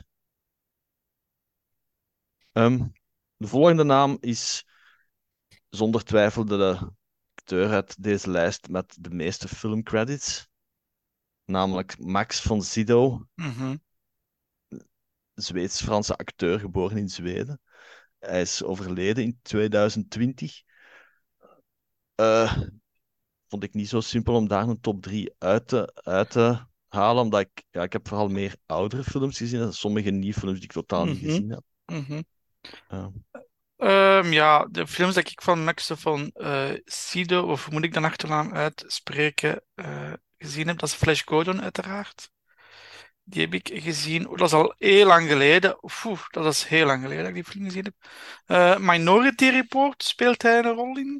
Ehm, de volgende naam is zonder twijfel de acteur uit deze lijst met de meeste filmcredits, namelijk Max von Sydow, Mhm. Zweeds-Franse acteur, geboren in Zweden. Hij is overleden in 2020. Eh, vond ik niet zo simpel om daar een top 3 uit te halen, omdat ik heb vooral meer oudere films gezien en sommige nieuwe films die ik totaal niet Mhm. gezien heb. Mhm. Eh, Ja, de films dat ik van Max van Sydow, of hoe moet ik dan achternaam uitspreken, gezien heb, dat is Flash Gordon uiteraard. Die heb ik gezien. Dat is al heel lang geleden. Oeh, dat is heel lang geleden dat ik die film gezien heb. Minority Report speelt hij een rol in.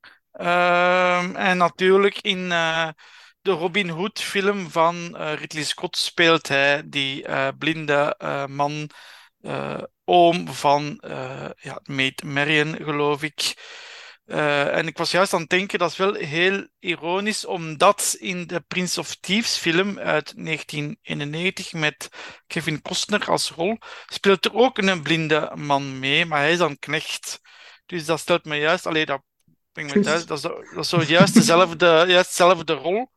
En natuurlijk in de Robin Hood film van Ridley Scott speelt hij die blinde man, oom van ja, Maid Marian, geloof ik. En ik was juist aan het denken, dat is wel heel ironisch, omdat in de Prince of Thieves film uit 1991 met Kevin Costner als rol, speelt er ook een blinde man mee, maar hij is dan knecht. Dus dat stelt me juist, alleen dat brengt me thuis, Juist. dat is zo juist dezelfde rol.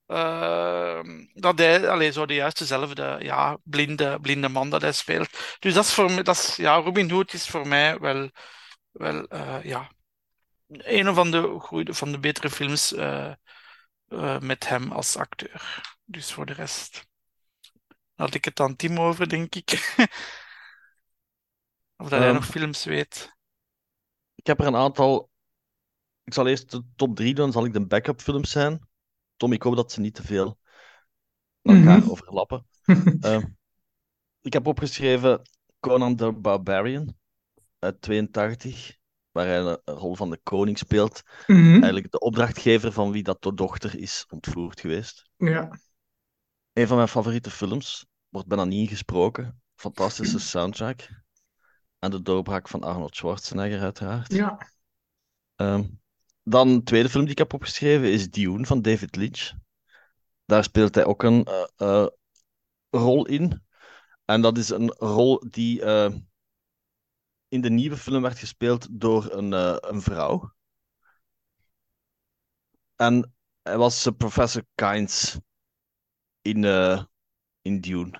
Dat hij, allee, zo de juist dezelfde ja, blinde man dat hij speelt. Dus dat is voor mij, ja, Robin Hood is voor mij wel ja, een van de betere films met hem als acteur. Dus voor de rest had ik het aan Tim over, denk ik. Of dat hij ehm, nog films weet. ik heb er een aantal. Ik zal eerst de top 3 doen, dan zal ik de backup films zijn. Tom, ik hoop dat ze niet te veel met elkaar Mhm. overlappen. Ehm, ik heb opgeschreven Conan the Barbarian uit 82, waar hij een rol van de koning speelt. Mhm. Eigenlijk de opdrachtgever van wie dat de dochter is ontvoerd geweest. Ja. Een van mijn favoriete films, wordt bijna niet gesproken. Fantastische soundtrack. En de doorbraak van Arnold Schwarzenegger, uiteraard. Ja. Ehm, dan de tweede film die ik heb opgeschreven is Dune van David Lynch. Daar speelt hij ook een rol in. En dat is een rol die in de nieuwe film werd gespeeld door een vrouw. En hij was Professor Kynes in Dune.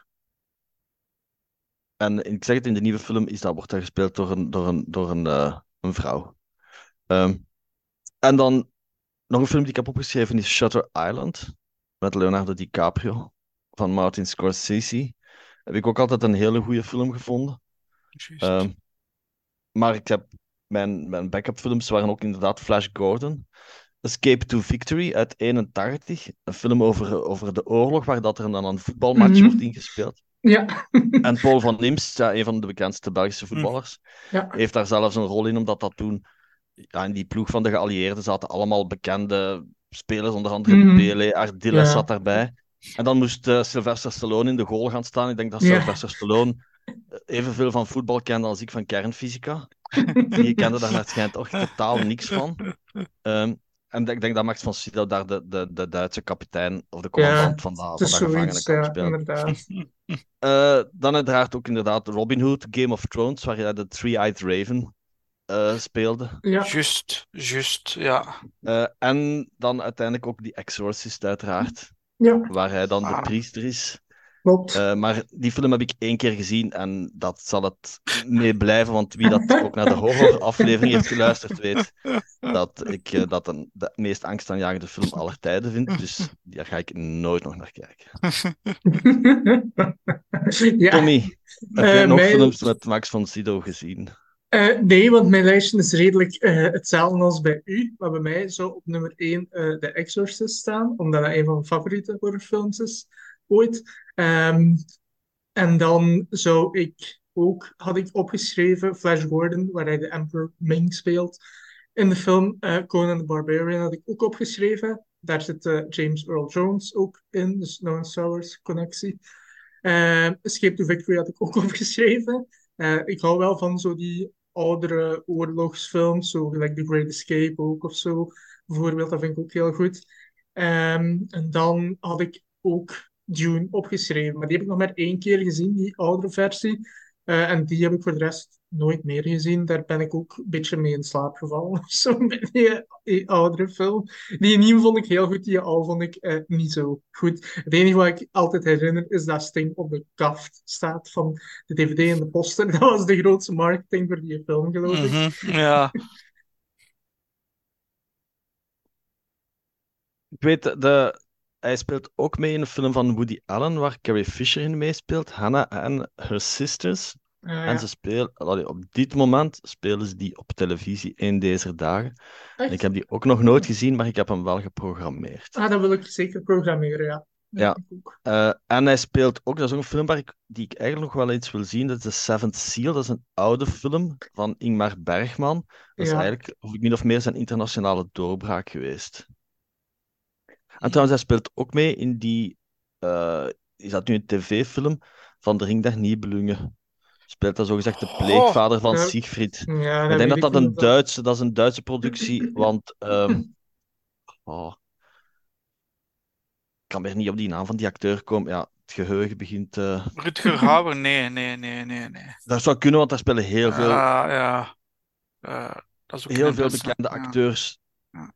En ik zeg het, in de nieuwe film wordt hij gespeeld door een vrouw. Ehm, en dan nog een film die ik heb opgeschreven is Shutter Island. Met Leonardo DiCaprio van Martin Scorsese. Heb ik ook altijd een hele goede film gevonden. Juist. Ehm, maar mijn backup films waren ook inderdaad Flash Gordon. Escape to Victory uit 81. Een film over de oorlog, waar dat er dan een voetbalmatch wordt Mhm. ingespeeld. Ja. En Paul van Imst, ja, een van de bekendste Belgische Hm. voetballers, Ja. heeft daar zelfs een rol in, omdat dat toen ja, in die ploeg van de geallieerden zaten allemaal bekende spelers, onder andere Mhm. Pele, Ardiles zat Ja. daarbij. En dan moest Sylvester Stallone in de goal gaan staan. Ik denk dat Ja. Sylvester Stallone evenveel van voetbal kende als ik van kernfysica. Die kende daar naar het schijnt toch totaal niks van. Ehm, en ik denk dat Max von Sydow daar de Duitse kapitein of de Ja. commandant van Het van is dat zoiets, gevangenenkamp ja, speelt. inderdaad. Dan uiteraard ook inderdaad Robin Hood, Game of Thrones, waar hij de Three-Eyed Raven speelde. Ja. Juist, ja. En dan uiteindelijk ook The Exorcist, uiteraard, Ja. waar hij dan de Ah, priester is. Klopt. Maar die film heb ik 1 keer gezien en dat zal het mee blijven, want wie dat ook naar de horroraflevering heeft geluisterd, weet dat ik dat de meest angstaanjagende film aller tijden vind. Dus daar ga ik nooit nog naar kijken. Ja. Tommy, heb jij nog Mijn, films met Max von Sydow gezien? nee, want mijn lijstje is redelijk hetzelfde als bij u. Maar bij mij zou op nummer 1 The Exorcist staan, omdat dat een van mijn favoriete horrorfilms is ooit. Ehm, en dan zou ik ook, had ik opgeschreven, Flash Gordon, waar hij de Emperor Ming speelt. In de film Conan the Barbarian had ik ook opgeschreven. Daar zit James Earl Jones ook in, dus nog een Star Wars connectie. Escape to Victory had ik ook opgeschreven. Ik hou wel van zo die oudere oorlogsfilms, zo gelijk The Great Escape ook of zo. Bijvoorbeeld, dat vind ik ook heel goed. En dan had ik ook Dune opgeschreven, maar die heb ik nog maar één keer gezien, die oudere versie. En die heb ik voor de rest nooit meer gezien. Daar ben ik ook een beetje mee in slaap gevallen. Zo met die oudere film. Die nieuwe vond ik heel goed, die oude vond ik niet zo goed. Het enige wat ik altijd herinner is dat Sting op de kaft staat van de DVD en de poster. Dat was de grootste marketing voor die film, geloof ik. Ja. Ik weet, hij speelt ook mee in een film van Woody Allen, waar Carrie Fisher in meespeelt, Hannah and Her Sisters. En ze Ja. spelen, op dit moment spelen ze die op televisie in deze dagen. En ik Echt? heb die ook nog nooit gezien, maar ik heb hem wel geprogrammeerd. Ah, dat wil ik zeker programmeren, ja. Ja, Ja, ik ook. en hij speelt ook, dat is ook een film die ik eigenlijk nog wel eens wil zien, dat is The Seventh Seal. Dat is een oude film van Ingmar Bergman. Dat is Ja. eigenlijk, of ik min of meer, zijn internationale doorbraak geweest. En trouwens, hij speelt ook mee in is dat nu een tv-film van De Ring der Nibelungen. Speelt dat zogezegd de Oh, pleegvader van Dat, Siegfried. ja, Maar ik dat denk weet dat ik niet. dat is een Duitse productie, want oh, ik kan weer niet op die naam van die acteur komen. Ja, het geheugen begint. Rutger Hauer, nee. Dat zou kunnen, want daar spelen Ja, dat is ook heel een veel Duitse. bekende Ja, acteurs. ja.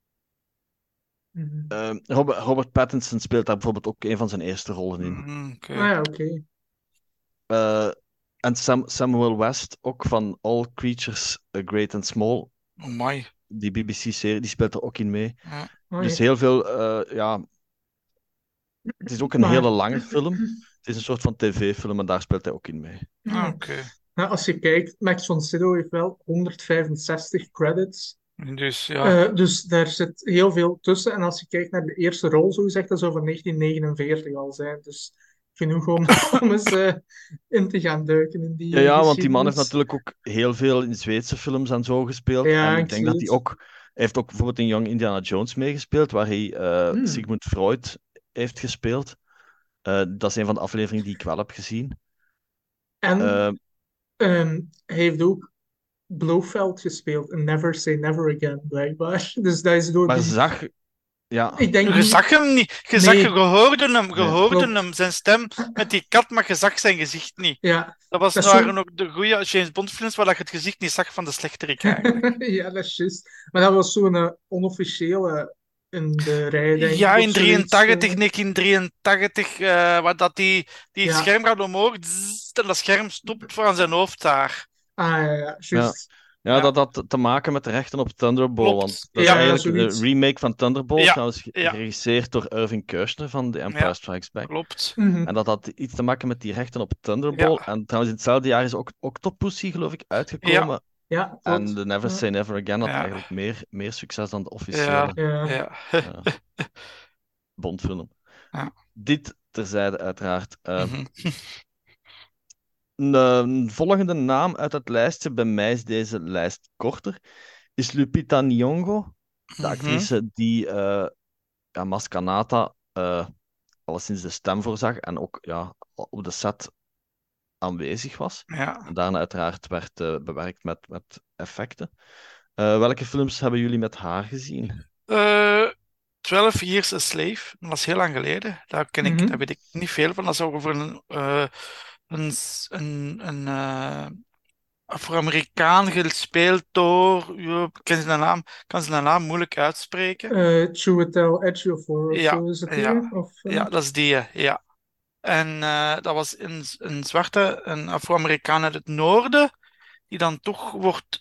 Mhm. Robert Pattinson speelt daar bijvoorbeeld ook een van zijn eerste rollen in. Ah Oké. ja, oké. Eh, en Samuel West, ook van All Creatures Great and Small, Amai. die BBC-serie, die speelt er ook in mee. Ja. Oh, Dus ja. heel veel, ja, het is ook een hele Maar lange film. Het is een soort van tv-film en daar speelt hij ook in mee. Oké. nou, als je kijkt, Max von Sydow heeft wel 165 credits. Dus ja. Dus daar zit heel veel tussen. En als je kijkt naar de eerste rol, zo gezegd, dat zou van 1949 al zijn. Dus genoeg om eens in te gaan duiken in die Ja, want die man heeft geschiedenis. natuurlijk ook heel veel in Zweedse films en zo gespeeld. Ja, En ik ik denk zie dat het. hij heeft ook bijvoorbeeld in Young Indiana Jones meegespeeld, waar hij Hmm. Sigmund Freud heeft gespeeld. Dat is een van de afleveringen die ik wel heb gezien. En Eh, hij heeft ook Blofeld gespeeld in Never Say Never Again, blijkbaar. Dus dat is door maar die... ja, Ik denk Je niet... zag hem niet. Je Nee, hoorde hem, je nee. hoorde hem, klopt. zijn stem met die kat, maar je zag zijn gezicht niet. Ja, Dat dat is waren zo... ook de goede James Bond films waar je het gezicht niet zag van de slechterik eigenlijk. Ja, dat is juist. Maar dat was zo'n onofficiële in de rij, denk Ja, ik, of in zoiets. 1983, waar dat die het Ja. scherm gaat omhoog zzzt, en dat scherm stopt voor aan zijn hoofd daar. Ah, ja, Ja. juist. Ja, Ja, dat had te maken met de rechten op Thunderball. Want klopt. dat is Ja, Ja, eigenlijk de zoiets. remake van Thunderball, ja, trouwens ja, geregisseerd door Irving Kershner van The Empire ja, Strikes Back. klopt. Mhm. En dat had iets te maken met die rechten op Ja, Thunderball. En trouwens, in hetzelfde jaar is ook Octopussy, geloof ik, ja, uitgekomen. Ja, En klopt. The Never Ja. Say Never Again had ja, eigenlijk meer succes dan de ja, officiële Ja. ja. eh, Bondfilm. Ja. Dit terzijde, uiteraard. Mhm. Een volgende naam uit het lijstje, bij mij is deze lijst korter, is Lupita Nyong'o, de Mhm. actrice die ja, Maskanata alleszins de stem voorzag en ook ja, op de set aanwezig was. Ja. En daarna uiteraard werd bewerkt met effecten. Welke films hebben jullie met haar gezien? 12 Years a Slave, dat is heel lang geleden. Daar Mhm. weet ik niet veel van. Dat is over een Afro-Amerikaan gespeeld door, kan zijn naam moeilijk uitspreken. Chiwetel Ejiofor of Ja, zo is het hier. ja, Of, ja, dat is die, ja. En dat was een zwarte, een Afro-Amerikaan uit het noorden, die dan toch wordt,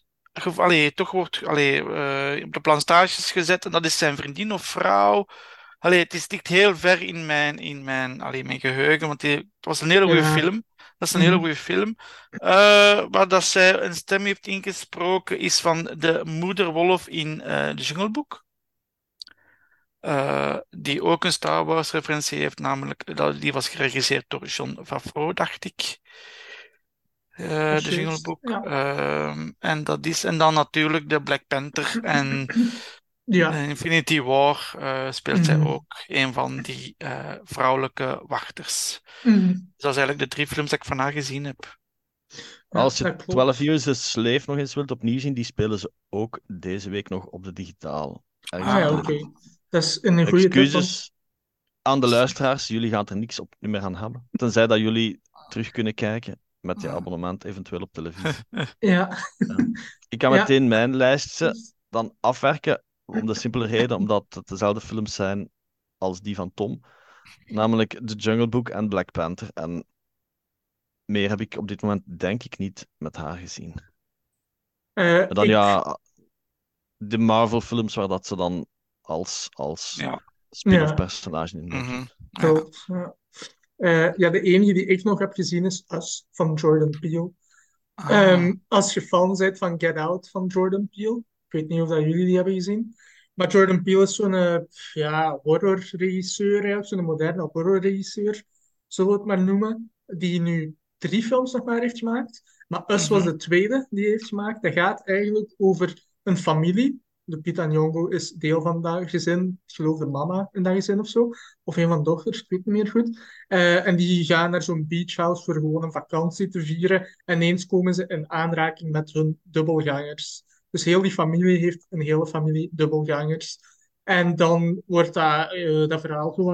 op de plantages gezet. En dat is zijn vriendin of vrouw. Het stikt heel ver in mijn geheugen, want het was een hele goede ja. film. Dat is een hele Mhm. goede film. Waar dat zij een stem heeft ingesproken, is van de moederwolf in de Jungle Book. Die ook een Star Wars referentie heeft, namelijk die was geregisseerd door John Favreau, dacht ik. Dat De is Jungle juist. Book. Ja. En dan natuurlijk de Black Panther en Ja. Infinity War speelt zij Mhm. ook een van die vrouwelijke wachters. Mhm. Dus dat is eigenlijk de 3 films dat ik van haar gezien heb. Ja, Als je dat 12 klopt. Years a Slave nog eens wilt opnieuw zien, die spelen ze ook deze week nog op de digitaal. Ergens Ah op ja, Ah, oké. televisie. Dat is een goede tip, want Excuses aan de luisteraars, jullie gaan er niks op niet meer aan hebben. Tenzij dat jullie terug kunnen kijken met je abonnement eventueel op televisie. ja, Ja. Ik kan ja, meteen mijn lijstje dan afwerken, om de simpele reden, omdat het dezelfde films zijn als die van Tom. Namelijk The Jungle Book en Black Panther. En meer heb ik op dit moment denk ik niet met haar gezien. En dan ik, ja, de Marvel-films waar dat ze dan als ja. spin-off ja, personage in Mhm. doet. Ja. klopt. Ja. Ja, de enige die ik nog heb gezien is Us van Jordan Peele. Ah. Als je fan bent van Get Out van Jordan Peele, ik weet niet of dat jullie die hebben gezien, maar Jordan Peele is zo'n ja, horrorregisseur, eigenlijk, zo'n moderne horrorregisseur, zullen we het maar noemen, die nu 3 films nog maar heeft gemaakt. Maar Us was Mhm. de tweede die hij heeft gemaakt. Dat gaat eigenlijk over een familie. Lupita Nyong'o is deel van dat gezin, ik geloof de mama in dat gezin of zo, of een van de dochters, ik weet niet meer goed. En die gaan naar zo'n beachhouse voor gewoon een vakantie te vieren. En ineens komen ze in aanraking met hun dubbelgangers. Dus heel die familie heeft een hele familie dubbelgangers. En dan wordt dat verhaal zo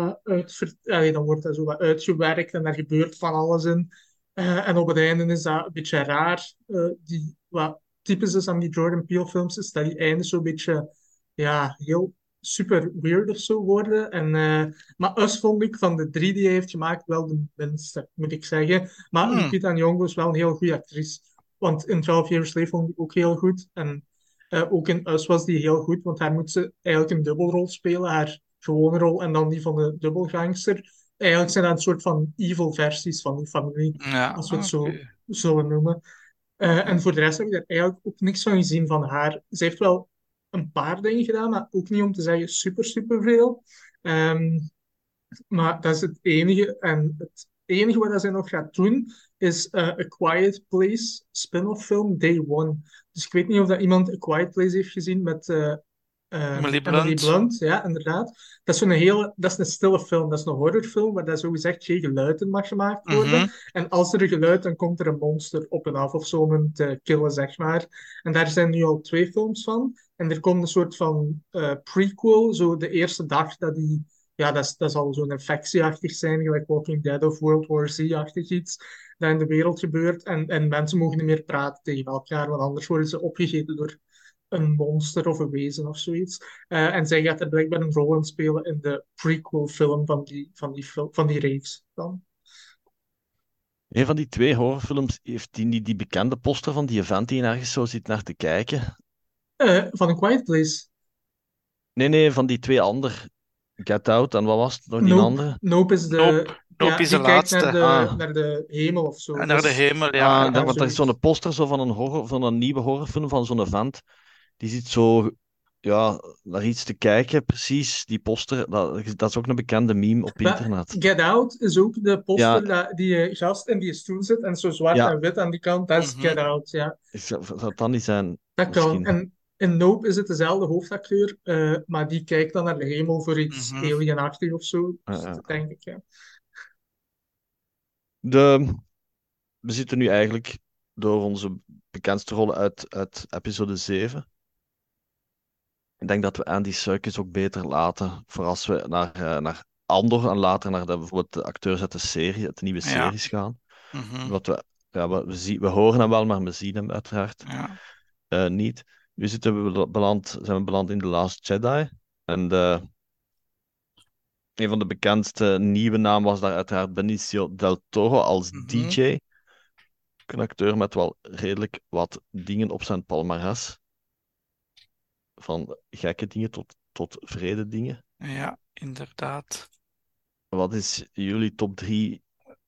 dan wordt dat zo wat uitgewerkt en daar gebeurt van alles in. En op het einde is dat een beetje raar. Wat typisch is aan die Jordan Peele films, is dat die eindes zo'n beetje ja, heel super weird of zo worden. Maar Us vond ik van de 3 die hij heeft gemaakt wel de minste, moet ik zeggen. Maar Hmm. Lupita Nyong'o is wel een heel goede actrice. Want in 12 Years a Slave vond ik ook heel goed. En ook in Us was die heel goed, want daar moet ze eigenlijk een dubbelrol spelen. Haar gewone rol en dan die van de dubbelgangster. Eigenlijk zijn dat een soort van evil versies van die familie, Ja, als we het zo oké. zullen noemen. En voor de rest heb ik daar eigenlijk ook niks van gezien van haar. Ze heeft wel een paar dingen gedaan, maar ook niet om te zeggen super, super veel. Ehm, maar dat is het enige. En het enige wat zij nog gaat doen, is A Quiet Place spin-off film Day One. Dus ik weet niet of dat iemand A Quiet Place heeft gezien met Emily Emily Blunt. Blunt. Ja, inderdaad. Dat is een stille film. Dat is een horrorfilm waar dat zogezegd geen geluid in mag gemaakt worden. Mhm. En als er een geluid, dan komt er een monster op en af of zo om hem te killen, zeg maar. En daar zijn nu al 2 films van. En er komt een soort van prequel, zo de eerste dag dat die ja, dat zal zo'n infectieachtig zijn, gelijk Walking Dead of World War Z-achtig iets, dat in de wereld gebeurt. En mensen mogen niet meer praten tegen elkaar, want anders worden ze opgegeten door een monster of een wezen of zoiets. En zij gaat er blijkbaar een rol in spelen in de prequel-film van die reeks dan. Een van die 2 horrorfilms heeft die bekende poster van die event die je ergens zo zit naar te kijken. Van A Quiet Place. Nee, van die 2 andere. Get Out en wat was het? Nog die Nope. andere? Nope is Nope. de... Nope Ja, is de die kijkt laatste. Ah, naar de hemel of zo. En naar de Dus, hemel, ja. Ja. ja, want er is zo'n zoiets. poster zo van van een nieuwe horrorfilm van zo'n event. Die zit zo, ja, naar iets te kijken, precies. Die poster, dat is ook een bekende meme op Maar internet. Get Out is ook de Ja, poster die gast in die stoel zit en zo zwart ja, en wit aan die kant. Dat is Mhm. Get Out, ja. zou het dan niet zijn, Dat kan. misschien? En in Nope is het dezelfde hoofdacteur, maar die kijkt dan naar de hemel voor iets Mhm. alienachtig of zo. Dus Uh, dat denk ik, ja. de, we zitten nu eigenlijk door onze bekendste rollen uit episode 7. Ik denk dat we Andy Serkis ook beter laten voor als we naar Andor en later naar bijvoorbeeld de acteurs uit de nieuwe Ja. series gaan. Mhm. Wat we, ja, we horen hem wel, maar we zien hem uiteraard Ja. niet. Nu zijn we beland in The Last Jedi. En een van de bekendste nieuwe namen was daar uiteraard Benicio del Toro als Mhm. DJ. Een acteur met wel redelijk wat dingen op zijn palmarès. Van gekke dingen tot vrede dingen. Ja, inderdaad. Wat is jullie top 3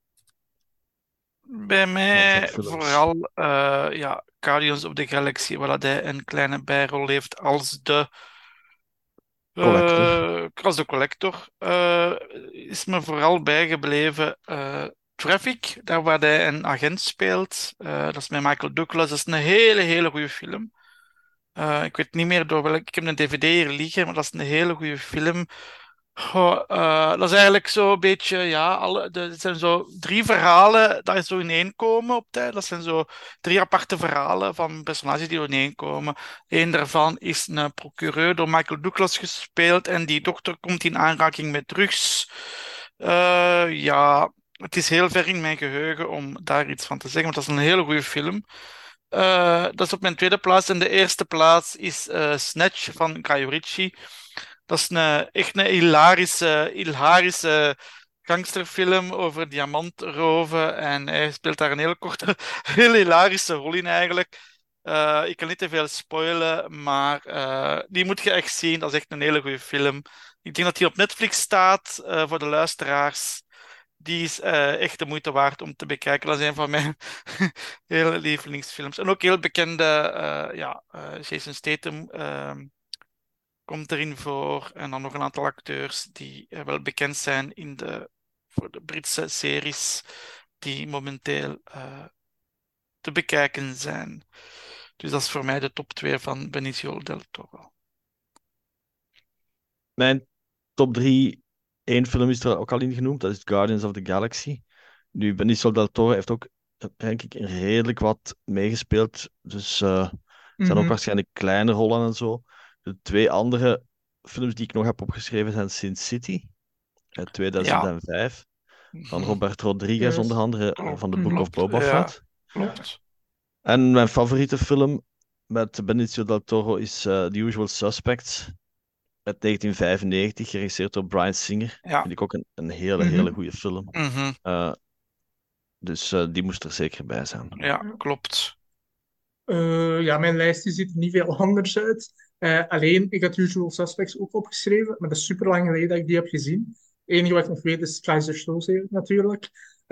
Bij van zijn mij films? vooral ja, Guardians of the Galaxy, waar dat hij een kleine bijrol heeft Collector. als de collector. Is me vooral bijgebleven Traffic, daar waar hij een agent speelt. Dat is met Michael Douglas. Dat is een hele, hele goede film. Ik weet niet meer door welk. Ik heb een DVD hier liggen, maar dat is een hele goede film. Goh, dat is eigenlijk zo een beetje, ja, het zijn zo drie verhalen die zo ineenkomen op tijd. Dat zijn zo drie aparte verhalen van personages die ineenkomen. Eén daarvan is een procureur door Michael Douglas gespeeld en die dochter komt in aanraking met drugs. Ja, het is heel ver in mijn geheugen om daar iets van te zeggen, want dat is een hele goede film. Dat is op mijn tweede plaats. En de eerste plaats is Snatch van Guy Ritchie. Dat is echt een hilarische gangsterfilm over diamantroven. En hij speelt daar een heel korte, heel hilarische rol in eigenlijk. Ik kan niet te veel spoilen, maar die moet je echt zien. Dat is echt een hele goede film. Ik denk dat die op Netflix staat voor de luisteraars. Die is echt de moeite waard om te bekijken. Dat is een van mijn hele lievelingsfilms. En ook heel bekende, Jason Statham komt erin voor. En dan nog een aantal acteurs die wel bekend zijn voor de Britse series die momenteel te bekijken zijn. Dus dat is voor mij de top 2 van Benicio del Toro. Mijn top 3, één film is er ook al in genoemd, dat is Guardians of the Galaxy. Nu, Benicio del Toro heeft ook, denk ik, redelijk wat meegespeeld. Dus zijn ook Mhm. waarschijnlijk kleine rollen en zo. De twee andere films die ik nog heb opgeschreven zijn Sin City uit Ja. 2005. Van Mhm. Robert Rodriguez, onder Juist. andere van The Klopt, Book of Mhm. klopt. Boba Ja, Fett. Ja. klopt. En mijn favoriete film met Benicio del Toro is The Usual Suspects uit 1995, geregisseerd door Bryan Singer. Ja. Vind ik ook een hele Mhm. goede film. Mhm. Eh, dus die moest er zeker bij zijn. Ja, klopt. Ja, mijn lijstje ziet er niet veel anders uit. Alleen, ik had Usual Suspects ook opgeschreven, maar dat is super lang geleden dat ik die heb gezien. Het enige wat ik nog weet is Kaiser Soze natuurlijk.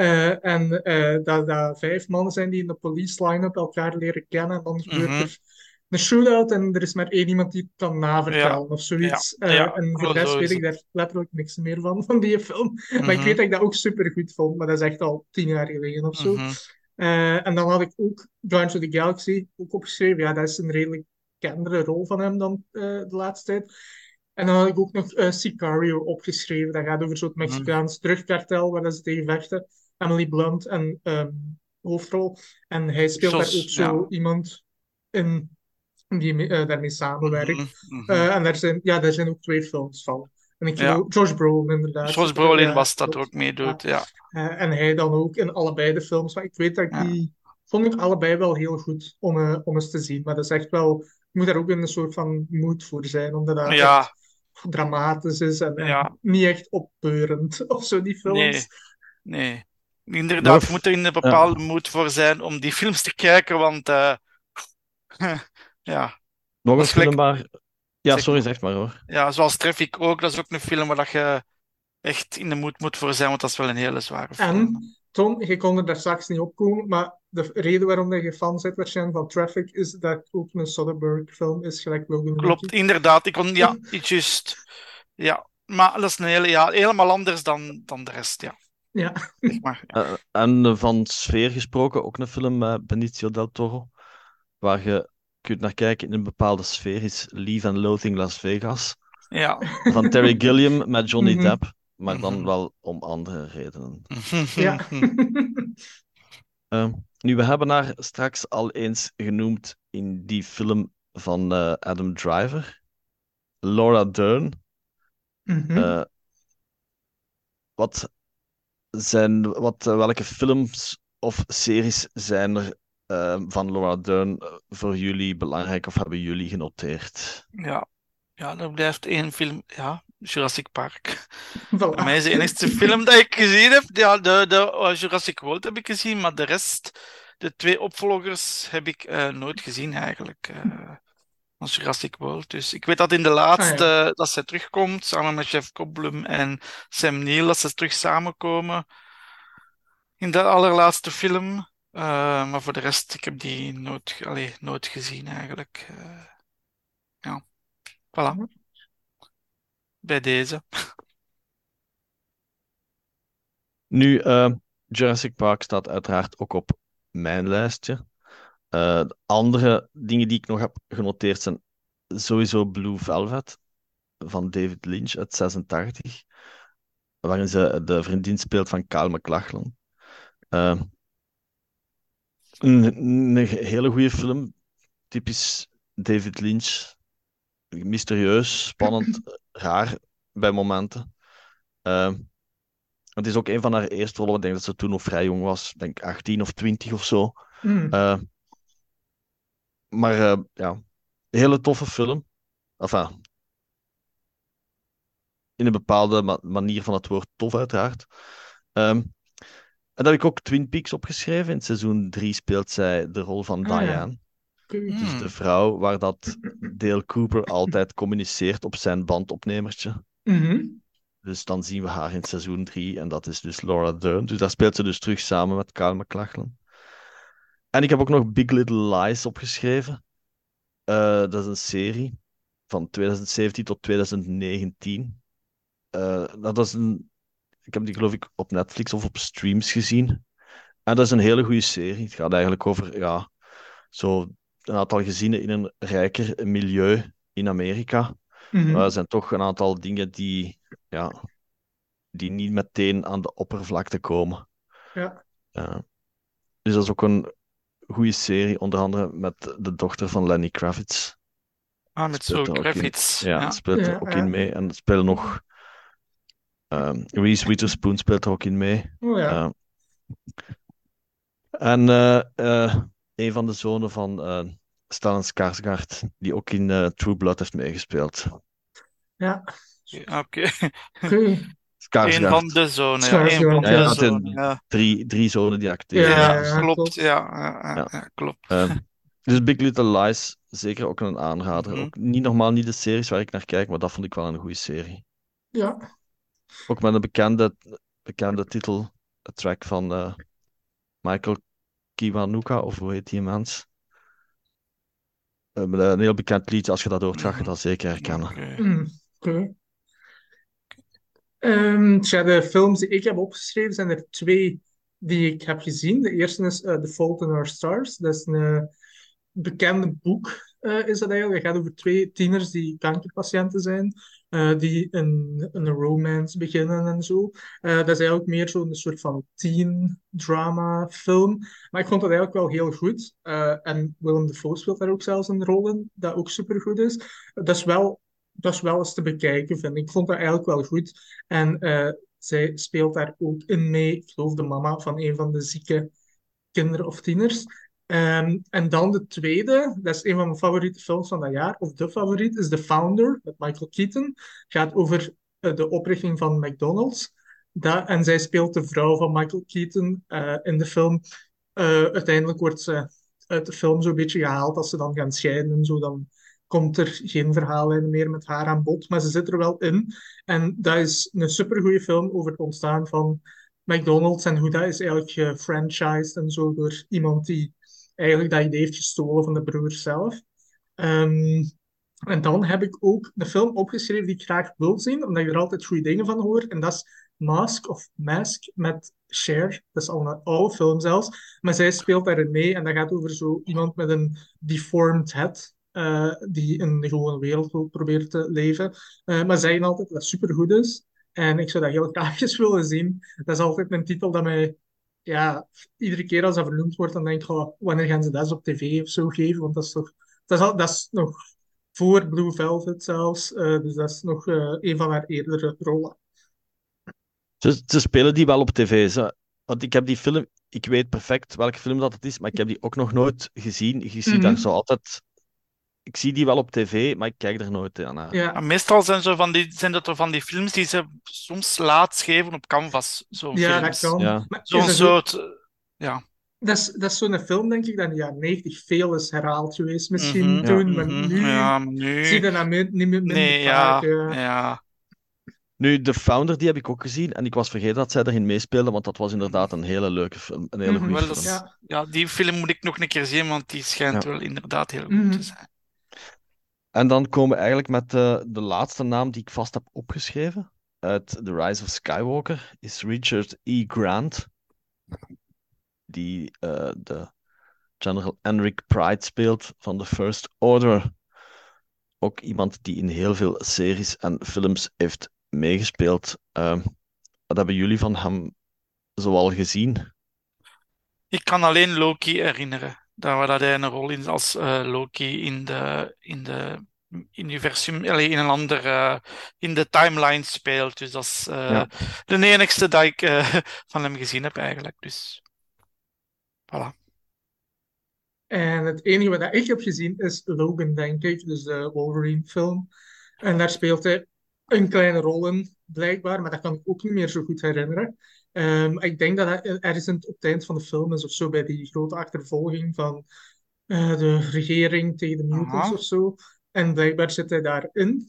Dat 5 mannen zijn die in de police line-up elkaar leren kennen. En dan gebeurt Mhm. er een shootout en er is maar één iemand die het kan Ja, navertellen of ja, zoiets. ja. En voor de rest Zo weet is ik het. daar letterlijk niks meer van die film. Maar ik weet Mhm. dat ik dat ook super goed vond, maar dat is echt al 10 jaar geleden of zo. Mhm. En dan had ik ook Guardians of the Galaxy ook opgeschreven. Ja, dat is een redelijk bekendere rol van hem dan de laatste tijd. En dan had ik ook nog Sicario opgeschreven. Dat gaat over zo'n Mhm. Mexicaans drugkartel waar dat ze tegen vechten. Emily Blunt en hoofdrol. En hij speelt daar ook zo Ja. iemand in die daarmee Mhm. samenwerkt. Mhm. En daar zijn ook 2 films van. En ik Ja. geloof, Josh Brolin inderdaad. Zoals Brolin Ja, was dat er ook klopt. meedoet. Ja. Ja. En hij dan ook in allebei de films. Maar ik weet dat ik Ja. die vond ik allebei wel heel goed om eens te zien. Maar dat is echt wel, je moet daar ook in een soort van mood voor zijn, omdat dat echt Ja. dramatisch is Ja. en niet echt opbeurend of zo, die films. Nee. Nee. Nog een, Inderdaad, je moet er in een ja, bepaalde mood voor zijn om die films te kijken, want ja, nog dat een is gelijk, film waar... Ja, zeg sorry, maar. zeg maar hoor. Ja, zoals Traffic ook, dat is ook een film waar dat je echt in de mood moet voor zijn, want dat is wel een hele zware En, film. Tom, je kon er daar straks niet op komen, maar de reden waarom dat je fan bent waarschijnlijk van Traffic is dat het ook een Soderbergh-film is, gelijk Logan Klopt, Lucky. inderdaad. Ja, iets juist. Ja, maar dat is helemaal anders dan de rest, ja. Ja. Zeg maar, ja. En van sfeer gesproken, ook een film met Benicio del Toro, waar je kunt naar kijken in een bepaalde sfeer, is Lief and Loathing Las Vegas. Ja. Van Terry Gilliam met Johnny Mhm. Depp, maar dan Mhm. wel om andere redenen. Ja. Nu, we hebben haar straks al eens genoemd in die film van Adam Driver, Laura Dern. Mhm. Eh, welke films of series zijn er van Laura Dern voor jullie belangrijk of hebben jullie genoteerd? Ja. Ja, er blijft één film. Ja, Jurassic Park. Voor mij Voilà. is de enige film dat ik gezien heb. Ja, de Jurassic World heb ik gezien, maar de rest, de twee opvolgers, heb ik nooit gezien eigenlijk. Van Jurassic World. Dus ik weet dat in de Ah ja. laatste, dat zij terugkomt, samen met Jeff Goldblum en Sam Neill, dat ze terug samenkomen in de allerlaatste film. Maar voor de rest, ik heb die nooit gezien eigenlijk. Ja, voilà, bij deze. Nu, Jurassic Park staat uiteraard ook op mijn lijstje. De andere dingen die ik nog heb genoteerd zijn sowieso Blue Velvet van David Lynch uit 86, waarin ze de vriendin speelt van Kyle MacLachlan. Eh, een hele goede film, typisch David Lynch. Mysterieus, spannend, raar bij momenten. Eh, het is ook een van haar eerste rollen. Ik denk dat ze toen nog vrij jong was. Ik denk 18 of 20 of zo. Mm. Eh, maar ja, een hele toffe film. Enfin, in een bepaalde manier van het woord tof, uiteraard. Ehm, en daar heb ik ook Twin Peaks opgeschreven. In seizoen 3 speelt zij de rol van Ah ja, Diane. oké. Dus de vrouw waar dat Dale Cooper altijd communiceert op zijn bandopnemertje. Mhm. Dus dan zien we haar in seizoen 3 en dat is dus Laura Dern. Dus daar speelt ze dus terug samen met Kyle MacLachlan. En ik heb ook nog Big Little Lies opgeschreven. Dat is een serie van 2017 tot 2019. Dat is ik heb die geloof ik op Netflix of op streams gezien. En dat is een hele goede serie. Het gaat eigenlijk over ja, zo een aantal gezinnen in een rijker milieu in Amerika. Maar er Mhm. zijn toch een aantal dingen ja, die niet meteen aan de oppervlakte komen. Ja. Uh, dus dat is ook een goede serie, onder andere met de dochter van Lenny Kravitz. Met Speelt zo er ook in. Griffiths. Ja, Ja. speelt er Ja, ook in ja. mee. En er spelen nog Reese Witherspoon speelt er ook in mee. Oh ja. Uh, en een van de zonen van Stellan Skarsgård, die ook in True Blood heeft meegespeeld. Ja. Oké. Oké. Een van Skarsgård. de zonen, ja. Een van Skarsgård, Ja, ja, de ja. het zonen, zijn ja. drie zonen die acteren. Ja, Ja, Dus, ja, klopt. klopt. ja. Ja, klopt. Dus Big Little Lies, zeker ook een aanrader. Mhm. Ook niet normaal niet de series waar ik naar kijk, maar dat vond ik wel een goede serie. Ja. Ook met een bekende titel, een track van Michael Kiwanuka, of hoe heet die mens? Met een heel bekend liedje, als je dat hoort, ga je Mhm. dat zeker herkennen. Oké. Oké. Tja, de films die ik heb opgeschreven zijn er twee die ik heb gezien. De eerste is The Fault in Our Stars. Dat is een bekende boek, is dat eigenlijk. Het gaat over twee tieners die kankerpatiënten zijn, die een romance beginnen en zo. Dat is eigenlijk meer zo'n soort van teen drama film. Maar ik vond dat eigenlijk wel heel goed. En Willem Dafoe speelt daar ook zelfs een rol in, dat ook supergoed is. Dat is wel eens te bekijken, vind ik. Ik vond dat eigenlijk wel goed. En zij speelt daar ook in mee, ik geloof de mama van een van de zieke kinderen of tieners. En dan de tweede, dat is een van mijn favoriete films van dat jaar, of de favoriet, is The Founder met Michael Keaton. Gaat over de oprichting van McDonald's. En zij speelt de vrouw van Michael Keaton in de film. Uiteindelijk wordt ze uit de film zo'n beetje gehaald als ze dan gaan scheiden en zo. Dan komt er geen verhaallijn meer met haar aan bod, maar ze zit er wel in. En dat is een supergoeie film over het ontstaan van McDonald's en hoe dat is eigenlijk gefranchised en zo door iemand die eigenlijk dat idee heeft gestolen van de broers zelf. Ehm, en dan heb ik ook een film opgeschreven die ik graag wil zien, omdat ik er altijd goede dingen van hoor. En dat is Mask met Cher. Dat is al een oude film zelfs. Maar zij speelt daarin mee en dat gaat over zo iemand met een deformed head. Die in de gewone wereld wil proberen te leven. Maar zij zeggen altijd dat het supergoed is. En ik zou dat heel graag eens willen zien. Dat is altijd een titel dat mij, ja, iedere keer als dat vernoemd wordt, dan denk ik, oh, wanneer gaan ze dat eens op tv of zo geven? Want dat is toch, dat is nog voor Blue Velvet zelfs. Dus dat is nog een van haar eerdere rollen. Ze spelen die wel op tv, ze. Want ik heb die film, ik weet perfect welke film dat het is, maar ik heb die ook nog nooit gezien. Je ziet daar zo Mhm. altijd. Ik zie die wel op tv, maar ik kijk er nooit naar. Ja, Maar meestal zijn dat er van die films die ze soms laat geven op Canvas, zo'n ja, dat films. kan. Ja. Maar is Zo'n dat zo, soort, ja. dat is zo'n film, denk ik, dat in de jaren 90 veel is herhaald geweest. Misschien Ja. toen, maar nu Ja, maar zie je nu... dat nou niet meer minder Nee, vaak. ja, ja. Nu, The Founder, die heb ik ook gezien en ik was vergeten dat zij erin meespeelde, want dat was inderdaad een hele leuke film, een hele Mhm. goede Wel, dat film. is- Ja. ja, die film moet ik nog een keer zien, want die schijnt Ja. wel inderdaad heel goed te Mhm. zijn. En dan komen we eigenlijk met de laatste naam die ik vast heb opgeschreven uit The Rise of Skywalker, is Richard E. Grant, die de General Enric Pride speelt van The First Order. ook iemand die in heel veel series en films heeft meegespeeld. Wat hebben jullie van hem zoal gezien? Ik kan alleen Loki herinneren. Dat hij een rol in als Loki in de universum, allee, in een ander, in de timeline speelt. Dus dat is Ja, de enigste dat ik van hem gezien heb eigenlijk. Dus voilà. En het enige wat ik heb gezien is Logan, denk ik, dus de Wolverine-film. En daar speelt hij een kleine rol in, blijkbaar, maar dat kan ik ook niet meer zo goed herinneren. Ik denk dat hij ergens op het eind van de film is of zo, bij die grote achtervolging van de regering tegen de mutants Aha. of zo. En blijkbaar zit hij daarin.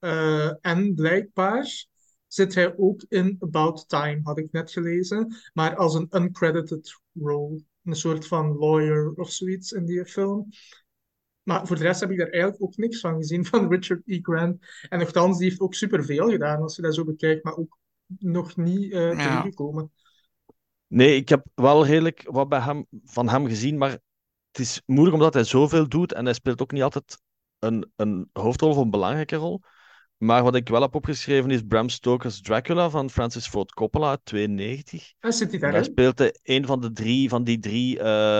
En blijkbaar zit hij ook in About Time, had ik net gelezen, maar als een uncredited role. Een soort van lawyer of zoiets in die film. Maar voor de rest heb ik daar eigenlijk ook niks van gezien van Richard E. Grant. En nogthans, die heeft ook superveel gedaan als je dat zo bekijkt, maar ook nog niet Ja. teruggekomen. nee, ik heb wel redelijk wat van hem gezien, maar het is moeilijk omdat hij zoveel doet en hij speelt ook niet altijd een hoofdrol of een belangrijke rol. Maar wat ik wel heb opgeschreven is Bram Stoker's Dracula van Francis Ford Coppola uit 92. En zit hij En daar daarin? speelt hij een van die drie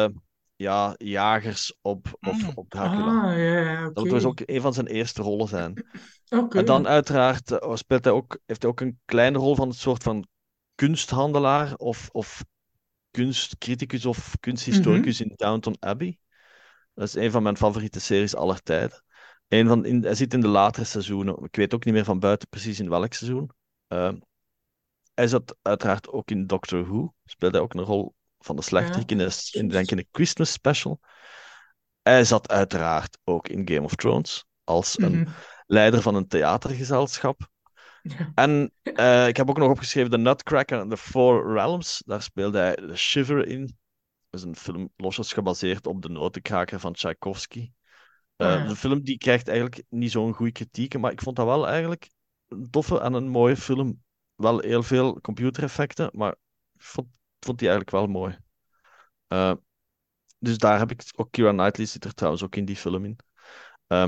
ja, jagers Mm. op Dracula. Ah, ja, ja, Dat moet dus oké. ook een van zijn eerste rollen zijn. En Oké. dan uiteraard heeft hij ook een kleine rol van een soort van kunsthandelaar of kunstcriticus of Mhm. kunsthistoricus in Downton Abbey. Dat is een van mijn favoriete series aller tijden. Hij zit in de latere seizoenen. Ik weet ook niet meer van buiten precies in welk seizoen. Uh, hij zat uiteraard ook in Doctor Who. Speelde hij ook een rol van de Ja, slechterik denk ik, juist. in de Christmas special. Hij zat uiteraard ook in Game of Thrones als een Mhm. leider van een theatergezelschap. Ja. En ik heb ook nog opgeschreven The Nutcracker and the Four Realms. Daar speelde hij de Shiver in. Dat is een film losjes gebaseerd op de Notenkraker van Tchaikovsky. Ah, De ja. film die krijgt eigenlijk niet zo'n goede kritieken, maar ik vond dat wel eigenlijk een toffe en een mooie film. Wel heel veel computereffecten, maar ik vond die eigenlijk wel mooi. Eh, dus daar heb ik ook Keira Knightley zit er trouwens ook in die film in. Ehm,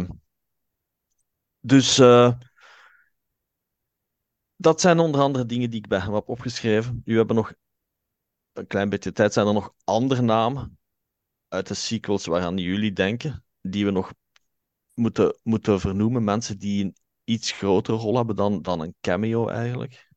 dus dat zijn onder andere dingen die ik bij hem heb opgeschreven. Nu hebben we nog een klein beetje tijd. Zijn er nog andere namen uit de sequels waaraan jullie denken, die we nog moeten vernoemen? Mensen die een iets grotere rol hebben dan een cameo eigenlijk.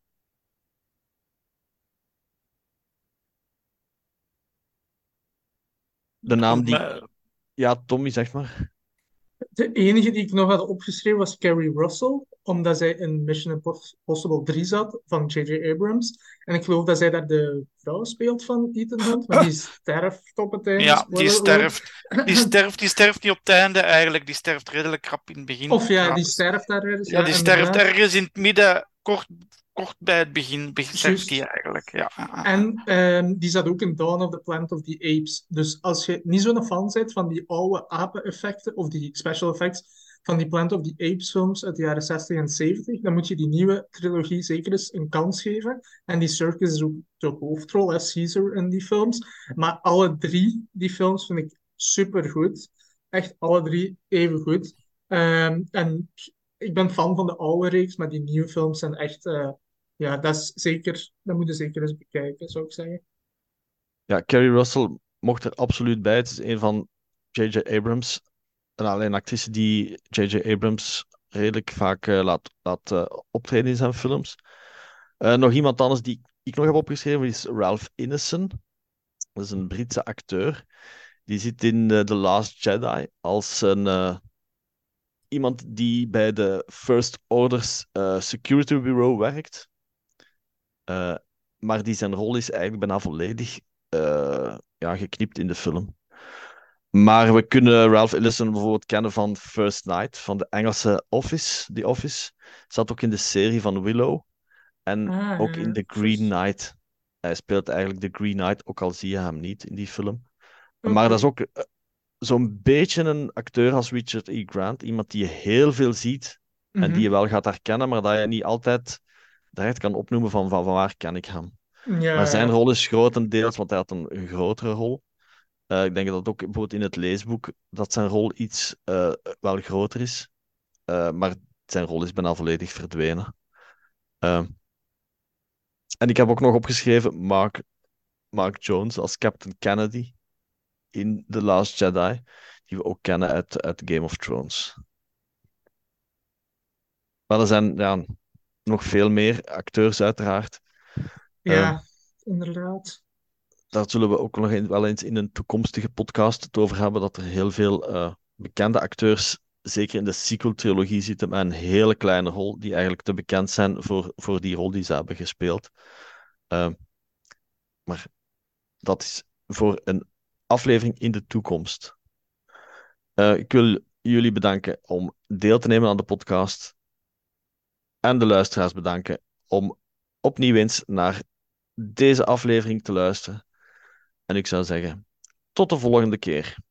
De naam die... Maar, Ja, Tommy, zeg maar. De enige die ik nog had opgeschreven was Carrie Russell, omdat zij in Mission Impossible 3 zat van J.J. Abrams. En ik geloof dat zij daar de vrouw speelt van Ethan Hunt, maar die sterft op het einde, ja, spoiler alert. die sterft niet op het einde eigenlijk. Die sterft redelijk rap in het begin Of ja, die trouwens. sterft daar ergens, Ja, ja, die sterft inderdaad. ergens in het midden, kort bij het begin, sterft die Juist. eigenlijk. Ja. En die zat ook in Dawn of the Planet of the Apes. Dus als je niet zo'n fan bent van die oude apen-effecten of die special effects van die Planet of the Apes films uit de jaren 60 en 70, dan moet je die nieuwe trilogie zeker eens een kans geven. En die Circus is ook de hoofdrol, als Caesar in die films. Maar alle drie die films vind ik supergoed. Echt alle drie even goed. En ik ben fan van de oude reeks, maar die nieuwe films zijn echt... ja, dat is zeker, dat moet je zeker eens bekijken, zou ik zeggen. Ja, Carrie Russell mocht er absoluut bij. Het is een van J.J. Abrams. En alleen actrice die J.J. Abrams redelijk vaak laat optreden in zijn films. Nog iemand anders die ik nog heb opgeschreven is Ralph Ineson. Dat is een Britse acteur. Die zit in The Last Jedi als iemand die bij de First Orders Security Bureau werkt. Eh, maar die zijn rol is eigenlijk bijna volledig ja, geknipt in de film. Maar we kunnen Ralph Ellison bijvoorbeeld kennen van First Night, van de Engelse Office. The Office zat ook in de serie van Willow en Ah, ook in ja, The Green juist. Knight. Hij speelt eigenlijk de Green Knight, ook al zie je hem niet in die film. Maar dat is Oké. ook zo'n beetje een acteur als Richard E. Grant. Iemand die je heel veel ziet en die je Mhm. wel gaat herkennen, maar dat je niet altijd direct kan opnoemen van waar ken ik hem. Maar Ja, zijn ja. rol is grotendeels, want hij had een grotere rol. Ik denk dat ook bijvoorbeeld in het leesboek dat zijn rol iets wel groter is. maar zijn rol is bijna volledig verdwenen. Eh, en ik heb ook nog opgeschreven Mark Jones als Captain Kennedy in The Last Jedi, die we ook kennen uit Game of Thrones. Maar er zijn nog veel meer acteurs, uiteraard. Eh, Ja, inderdaad. Daar zullen we ook nog wel eens in een toekomstige podcast het over hebben, dat er heel veel bekende acteurs, zeker in de sequel-trilogie, zitten met een hele kleine rol, die eigenlijk te bekend zijn voor die rol die ze hebben gespeeld. Eh, maar dat is voor een aflevering in de toekomst. Ik wil jullie bedanken om deel te nemen aan de podcast en de luisteraars bedanken om opnieuw eens naar deze aflevering te luisteren. En ik zou zeggen, tot de volgende keer.